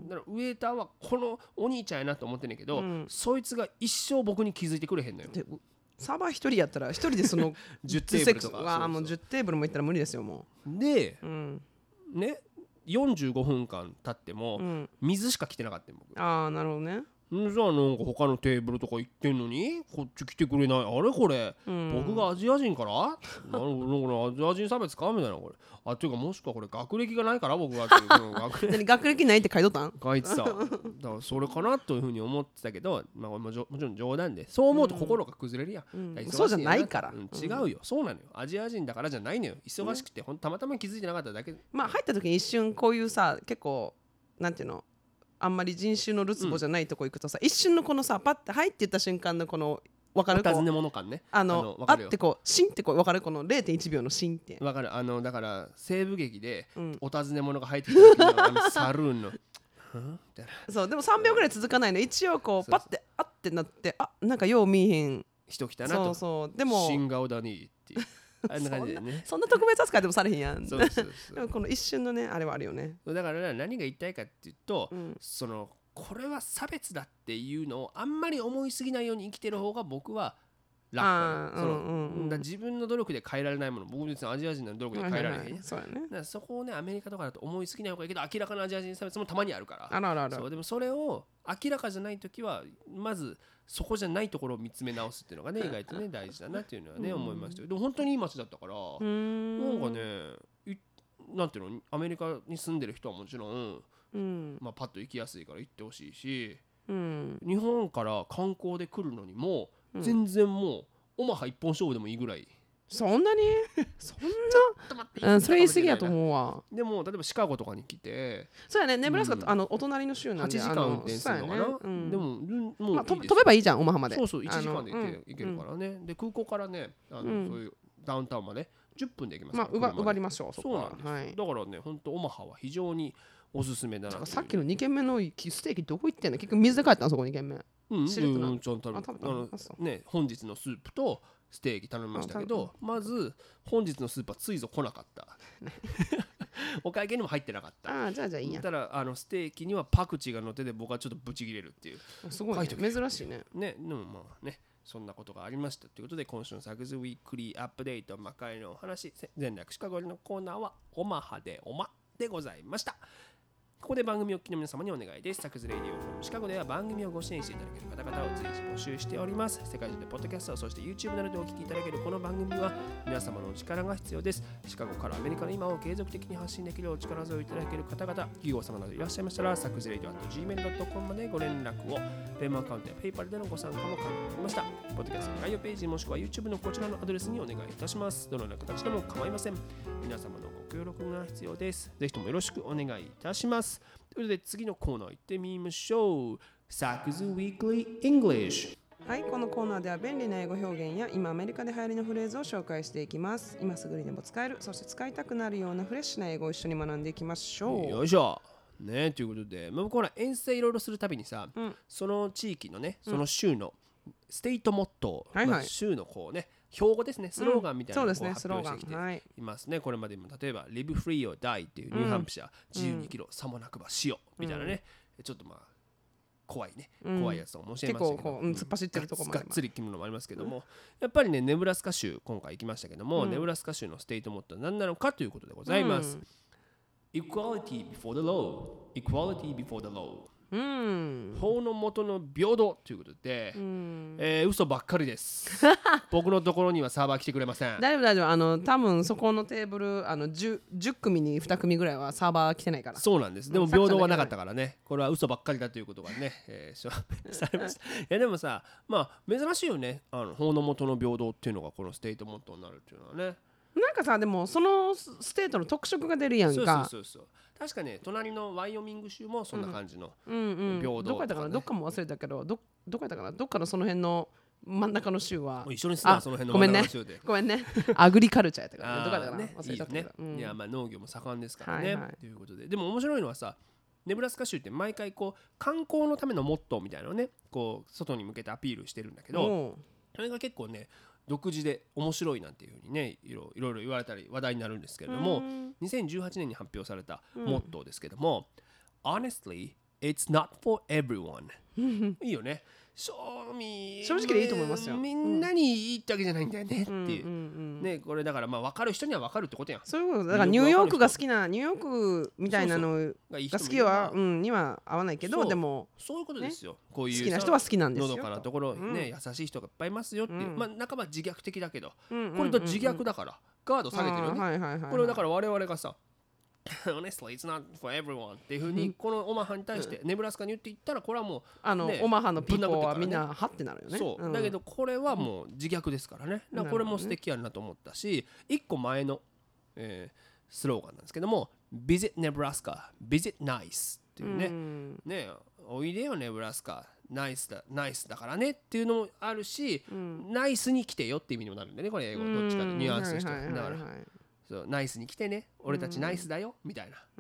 S1: だからウェーターはこのお兄ちゃんやなと思ってんねんけど、うん、そいつが一生僕に気づいてくれへんのよ。
S2: サーバーひとりやったらひとりでその
S1: じゅうテーブルとか
S2: わあもうじゅうテーブルもいったら無理ですよも
S1: う。で、うん、ねよんじゅうごふんかん経っても、うん、水しか来てなかったよ僕。
S2: ああなるほどね。
S1: じゃあなんか他のテーブルとか行ってんのにこっち来てくれない、あれこれ、うん、僕がアジア人からなるほどアジア人差別かみたいな、これあっていうかもしくはこれ学歴がないから僕はっていう
S2: 学歴学歴ないって書いとったん
S1: 書いてただからそれかなというふうに思ってたけど、まあ、もちろん冗談でそう思うと心が崩れるやん、うん
S2: うん、そうじゃないから、
S1: うん、違うよ、そうなのよ、アジア人だからじゃないのよ、忙しくて、うん、ほんたまたま気づいてなかっただけ。
S2: まあ入った時に一瞬こういうさ結構なんていうのあんまり人種のるつぼじゃないとこ行くとさ、うん、一瞬のこのさパッて入っていった瞬間のこの分かる
S1: お尋ね物感ね、
S2: あのあってこうシンってこう分かるこの れいてんいちびょうのシンって
S1: 分かる。あのだから西部劇でお尋ね物が入ってきた時のあのサルーンの
S2: そうでもさんびょうぐらい続かないの、一応こうパッてあってなって、あなんかよう見えへん
S1: 人来たなと、
S2: そうそうでも
S1: 新顔だねっていうあんな感じでね
S2: そんな特別扱いでもされへんやん。そうそうそうでもこの一瞬のねあれはあるよね。
S1: だから何が言いたいかっていうと、うん、そのこれは差別だっていうのをあんまり思いすぎないように生きてる方が僕は楽かな。その、うんうんうん、だ自分の努力で変えられないもの、僕別にアジア人の努力で変えられへん、はいはいはい、そうやね、だからそこをねアメリカとかだと思いすぎない方がいいけど、明らかなアジア人差別もたまにあるから、
S2: あらあらあら、
S1: そうでもそれを明らかじゃないときはまずそこじゃないところを見つめ直すっていうのがね意外とね大事だなっていうのはね思いましたよ。でも本当にいい街だったから、なんかねなんていうの、アメリカに住んでる人はもちろん、うんまあ、パッと行きやすいから行ってほしいし、うん、日本から観光で来るのにも全然もうオマハ一本勝負でもいいぐらい。
S2: そんなにそんなちょっと待って、うん、それ言い過ぎやと思うわ。
S1: でも例えばシカゴとかに来て、
S2: そうやね、ネブラスカ、うん、あのお隣の州なんで
S1: はちじかん運転するのかな、ねうん、でももう、
S2: まあ、飛べばいいじゃんオマハまで。
S1: そうそういちじかんで行け、うん、行けるからね。で空港からねあの、うん、そういうダウンタウンまでじゅっぷんで行けますから、
S2: まあ、奪りましょう。そこは
S1: そうなんです、はい、だからね本当オマハは非常におすすめだな。
S2: さっきのに軒目のステーキどこ行ってんの、結局水で帰ったのそこに軒目。
S1: うん、知るとな、うん、ちゃんと食べた。あのね本日のスープとステーキ頼みましたけど、まず本日のスープはついぞ来なかったお会計にも入ってなかった。
S2: あじゃあじゃあいいや。
S1: ただあのステーキにはパクチーが乗ってて僕はちょっとブチ切れるっていう。
S2: すごい、ね、珍しいね。
S1: ね、でもまあねそんなことがありましたということで、今週のサグズウィークリーアップデート魔界のお話、全略シカゴのコーナーはオマハでオマでございました。 ここで番組をお聞きの皆様にお願いです。サクズレイディオフロムシカゴでは番組をご支援していただける方々を随時募集しております。世界中でポッドキャスト、そして YouTube などでお聞きいただけるこの番組は皆様のお力が必要です。シカゴからアメリカの今を継続的に発信できるお力添えをいただける方々、企業様などいらっしゃいましたら、サクズレイディオ アット ジーメール ドットコム までご連絡を。ペイムアカウントや PayPal でのご参加も可能になりました。ポッドキャストの概要ページもしくは YouTube のこちらのアドレスにお願いいたします。どのような形でも構いません。皆様のご協力が必要です。ぜひともよろしくお願いいたします。ということで次のコーナー行ってみましょう。サクズ Weekly English。
S2: はい、このコーナーでは便利な英語表現や今アメリカで流行りのフレーズを紹介していきます。今すぐにでも使える、そして使いたくなるようなフレッシュな英語を一緒に学んでいきましょう。
S1: よいしょ。ね、ということで、まあ、僕ら遠征いろいろするたびにさ、うん、その地域のね、その州のステイトモットー、うんまあ、州のこうね、標語ですね、スローガンみたいなのを発表してきていますね。これまでも例えば Live Free or Die っていうニューハンプシャー、うん、自由に生きろ、さもなくば死よみたいなね、うん、ちょっとまあ怖いね、うん、怖いやつを申し上げましたけど、結構こう、うん、突っ走ってるところもあります。がっつり決めるのもありますけども、うん、やっぱりねネブラスカ州今回行きましたけども、うん、ネブラスカ州のステイトモットーは何なのかということでございます。うん、Equality before the law, equality before the law。うん、法の下の平等ということで、うんえー、嘘ばっかりです僕のところにはサーバー来てくれません。
S2: 大丈夫大丈夫、あの多分そこのテーブルあの 10, 10組にに組ぐらいはサーバー来てないから。
S1: そうなんです。でも平等はなかったからね、これは嘘ばっかりだということがね、えー、証明されましたいやでもさ、まあ珍しいよね、あの法の下の平等っていうのがこのステートモットーになるっていうのはね。
S2: なんかさ、でもそのステートの特色が出るやんか。
S1: そうそうそうそう、確かね、隣のワイオミング州もそんな感じの平等、ねうんうんうん、
S2: どこやったかな、どっかも忘れたけど、どどこやったかな、どっかのその辺の真ん中の州は
S1: 一緒にすな、その辺の真ん中の州で。
S2: ごめんね、ごめんねアグリカルチャーやったからね、どこやったかな、忘れたけど、
S1: いいよね、うん、いやまあ農業も盛んですからね、はいはい、ということで。でも面白いのはさ、ネブラスカ州って毎回こう観光のためのモットーみたいなのをね、こう外に向けてアピールしてるんだけど、それが結構ね独自で面白いなんていう風にね、いろいろ言われたり話題になるんですけれども、にせんじゅうはちねんに発表されたモットーですけども、うん、Honestly, it's not for everyone いいよね。正
S2: 直でいいと思いますよ。
S1: みんなにいいってわけじゃないんだよねっていう、うんうんうん、ね、これだからまあ分かる人には分かるってことやん。
S2: そういうことだから、ニューヨークが好きなニューヨークみたいなのが好きはうん、には合わないけど、でも
S1: そういうことですよ、ね、こういう
S2: 好きな人は好きなんですよ。
S1: のどかなところね、うん、優しい人がいっぱいいますよっていう、うん、まあ半ば自虐的だけど、うんうんうんうん、これと自虐だからガード下げてるよね、はいはいはいはい、これをだから我々がさHonestly, it's not for everyone っていう風にこのオマハに対してネブラスカに言っていったら、これはもう、ね、
S2: あのオマハのピーポーはみんなハってなるよね。
S1: そう、うん、だけどこれはもう自虐ですからね。だからこれも素敵やなと思ったし、一個前の、えー、スローガンなんですけども Visit Nebraska, Visit Nice っていうね、うん、ね、おいでよネブラスカ、ナイスだナイスだからねっていうのもあるし、うん、ナイスに来てよっていう意味にもなるんでね、これ英語どっちかでニュアンスとしては、だからそうナイスに来てね、俺たちナイスだよ、うん、みたいな、うん、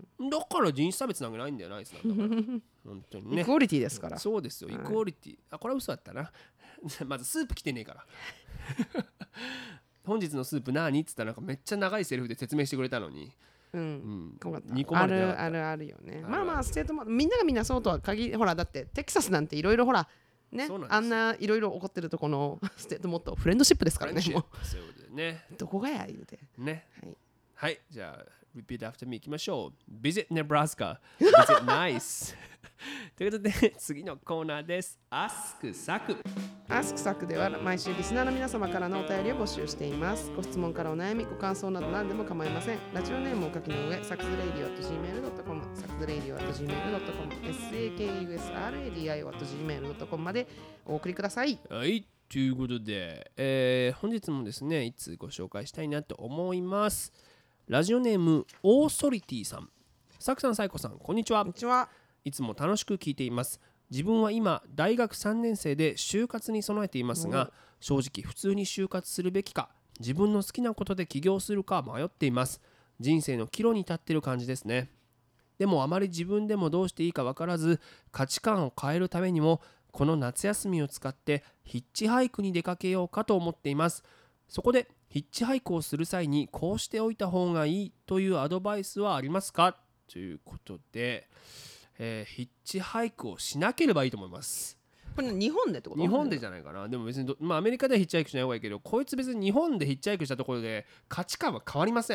S1: だから人種差別なんかないんだよ、ナイスなんだから本当にね、
S2: イクオリティですから。
S1: そうですよ、イクオリティ、あ、これは嘘だったなまずスープ来てねえから本日のスープ何っつったらなんかめっちゃ長いセリフで説明してくれたのに、うんうん、
S2: 煮込まれてなかった。あるあるあるよね。まあまあステートもみんながみんなそうとは限り、ほらだってテキサスなんていろいろほらね、あんないろいろ起こってるとこのステートもっとフレンドシップですからね。もうそういうことでね。どこがや言うて。
S1: ね。はい。はい、じゃあ repeat after me いきましょう。Visit Nebraska, visit nice ということで次のコーナーです。Ask サク。
S2: Ask サクでは毎週リスナーの皆様からのお便りを募集しています。ご質問からお悩み、ご感想など何でも構いません。ラジオネームをお書きの上、サクズレイディオ アット ジーメール ドットコム、サクズレイディオ アット ジーメール ドットコム、エスエーケーユーエスアールエーディーアイオ アット ジーメール ドットコム までお送りください。
S1: はい、ということで、えー、本日もですね、いつご紹介したいなと思います。ラジオネームオーソリティさん。サクさん、サイコさん、こんにちは。
S2: こんにちは。
S1: いつも楽しく聞いています。自分は今大学さんねん生で就活に備えていますが、正直普通に就活するべきか、自分の好きなことで起業するか迷っています。人生の岐路に立っている感じですね。でもあまり自分でもどうしていいか分からず、価値観を変えるためにもこの夏休みを使ってヒッチハイクに出かけようかと思っています。そこでヒッチハイクをする際にこうしておいた方がいいというアドバイスはありますかということで、えー、ヒッチハイクをしなければいいと思います。
S2: これ日本でってこと？
S1: 日本でじゃないかな。でも別に、まあ、アメリカではヒッチハイクしない方がいいけど、こいつ別に日本でヒッチハイクしたところで価値観は変わりません。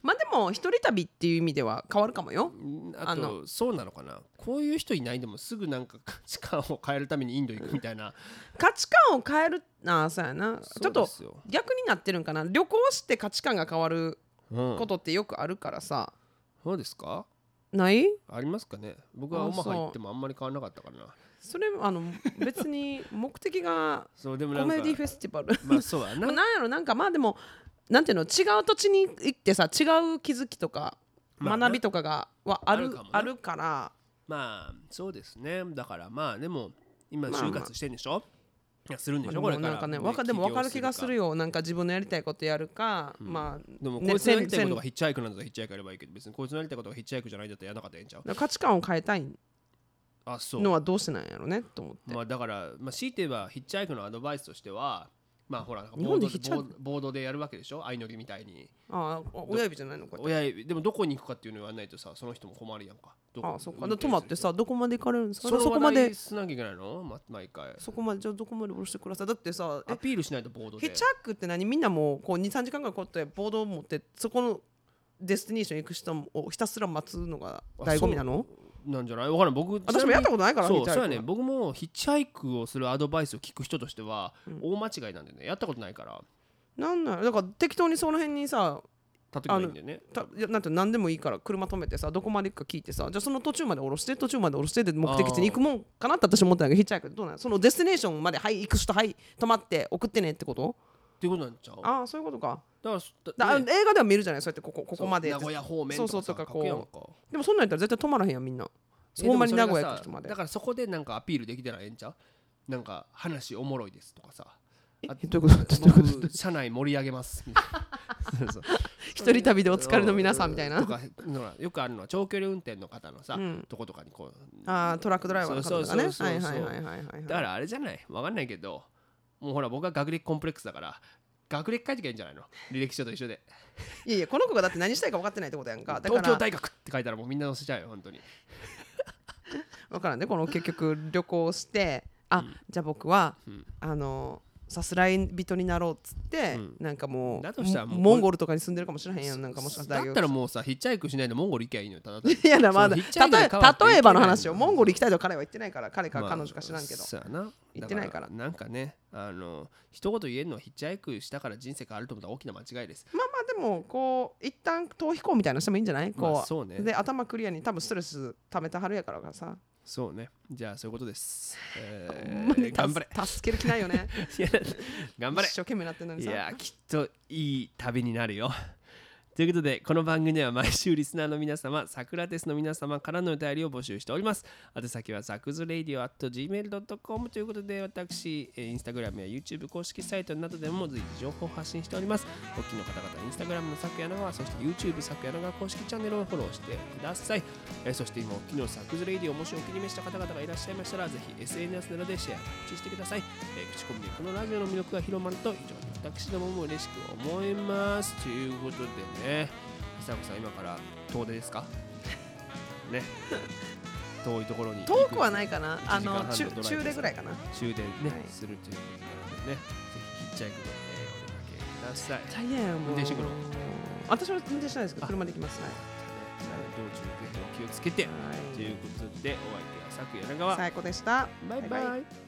S2: まあでも一人旅っていう意味では変わるかもよ。
S1: あとあそうなのかな、こういう人いないでもすぐなんか価値観を変えるためにインド行くみたいな
S2: 価値観を変えるあそうやなちょっと逆になってるんかな。旅行して価値観が変わることってよくあるからさ、
S1: うん、そうですか。
S2: ない
S1: ありますかね。僕はオマハ行ってもあんまり変わらなかったからな。
S2: それあの別に目的がコメディフェスティバル
S1: まあそうやな
S2: なんやろなんかまあでもなんていうの違う土地に行ってさ違う気づきとか学びとかがはある、まあ、あるから
S1: まあそうですね。だからまあでも今就活してるんでしょ、まあまあ、いやするんでしょこれから
S2: なんかね、わかでも分かる気がするよ。なんか自分のやりたいことやるか、うん、まあ
S1: でもこいつのやりたいことがヒッチハイクなんだったらヒッチハイクやればいいけど、別にこいつのやりたいことがヒッチハイクじゃないんだったらやらなかったらええんちゃう。
S2: 価値観を変えたいのはどうしてなんやろねと思って。
S1: まあだから、まあ、強いて言えばヒッチハイクのアドバイスとしてはまあほらボードでボードでやるわけでしょ、相乗りみたいに。
S2: ああ親指じゃないのか。
S1: 親指でもどこに行くかっていうのを言わないとさその人も困るやんか。
S2: ああそうか。で止まってさどこまで行かれるんですか。
S1: そこまでしなきゃいけないの、ま、毎回。
S2: そこまでじゃあどこまで下ろしてください。だってさ
S1: アピールしないとボードで。
S2: ヒッチハイクって何みんなもうこうにさんじかんぐらいこうやってボードを持ってそこのデスティネーション行く人をひたすら待つのが醍醐味なの
S1: なんじゃない。わからん僕
S2: 私もやったことないから。
S1: そうそうやね。僕もヒッチハイクをするアドバイスを聞く人としては大間違いなんでね、やったことないから。
S2: なんなんだから適当にその辺にさ
S1: 立ってくれるんでね。
S2: たなんて何でもいいから車止めてさどこまで行くか聞いてさじゃあその途中まで降ろして途中まで降ろしてで目的地に行くもんかなって私思ったんだけどヒッチハイクどうなんそのデスティネーションまではい行く人はい止まって送ってねってこと
S1: っていうことなんちゃう。
S2: ああそういうことか。
S1: だから
S2: だ、ね、映画では見るじゃないそうやってここここまで
S1: 名古屋方面
S2: とかそうそうとかこうでもそんなんやったら絶対止まらへんやんみんな。ほんまに名古屋行く人まで。
S1: だからそこでなんかアピールできたらええんちゃう。なんか話おもろいですとかさ。
S2: えどういうこと
S1: 僕社内盛り上げますみたいな
S2: 一人旅でお疲れの皆さんみたいな
S1: とかよくあるのは長距離運転の方のさ、うん、とことかにこ
S2: うあトラックドライバーの方とかね。はいはいはいはい。
S1: だからあれじゃないわかんないけどもうほら僕は学歴コンプレックスだから学歴書いてきゃいいんじゃないの履歴書と一緒で。
S2: いやいやこの子がだって何したいか分かってないってことやんか。だ
S1: から東京大学って書いたらもうみんな載せちゃうよ本当に。
S2: 分からんねこの結局旅行してあ、うん、じゃあ僕は、うん、あのさすらい人になろうっつって、うん、なんかもうだとしたらもうモンゴルとかに住んでるかもしれへんやん。なんかもしかしたら
S1: だったらもうさヒッチハイクしないでモンゴル行きゃいいのよ。ただ
S2: いやだまだ例えばの話よ。モンゴル行きたいと彼は言ってないから彼か彼女か知らんけど、
S1: まあ、な
S2: 言ってないから
S1: なんかねあの一言言えるのはヒッチハイクしたから人生変わると思ったら大きな間違いです。
S2: まあまあでもこう一旦逃避行みたいなしてもいいんじゃないこう、
S1: まあ、そうね。
S2: で頭クリアに多分ストレス溜めたはるやからさ。
S1: そうね。じゃあそういうことです。
S2: えー、頑張れ。助ける気ないよね。
S1: 頑張れ。
S2: 一生懸命なってんのにさ。
S1: いやきっといい旅になるよ。ということでこの番組では毎週リスナーの皆様サクラテスの皆様からのお便りを募集しております。宛先はサクズレイディオ アットジーメールドットコム ということで私インスタグラムや YouTube 公式サイトなどでも随時情報を発信しております。お聞きの方々インスタグラムのサクヤナ川そして YouTube サクヤナ川公式チャンネルをフォローしてください。えそして今お聞きのサクズレイディオもしお気に召した方々がいらっしゃいましたらぜひ エスエヌエス などでシェア告知してください。え口コミでこのラジオの魅力が広まると非常に私どもも嬉しく思います。ということでね久子さん今から遠出ですかね遠いところに
S2: 遠くはないかなあの中中でぐらいかな
S1: 中でね、はい、するということなのでねぜひヒッチハイクで、えー、お出かけください。
S2: 大変もう
S1: 運転してくる
S2: 私は運転しないですけど車で行きます。はい、
S1: 道中ぜひお気をつけて、はい、ということでお相手は佐久柳川
S2: 最高でした。
S1: バイバイ、バイバイ。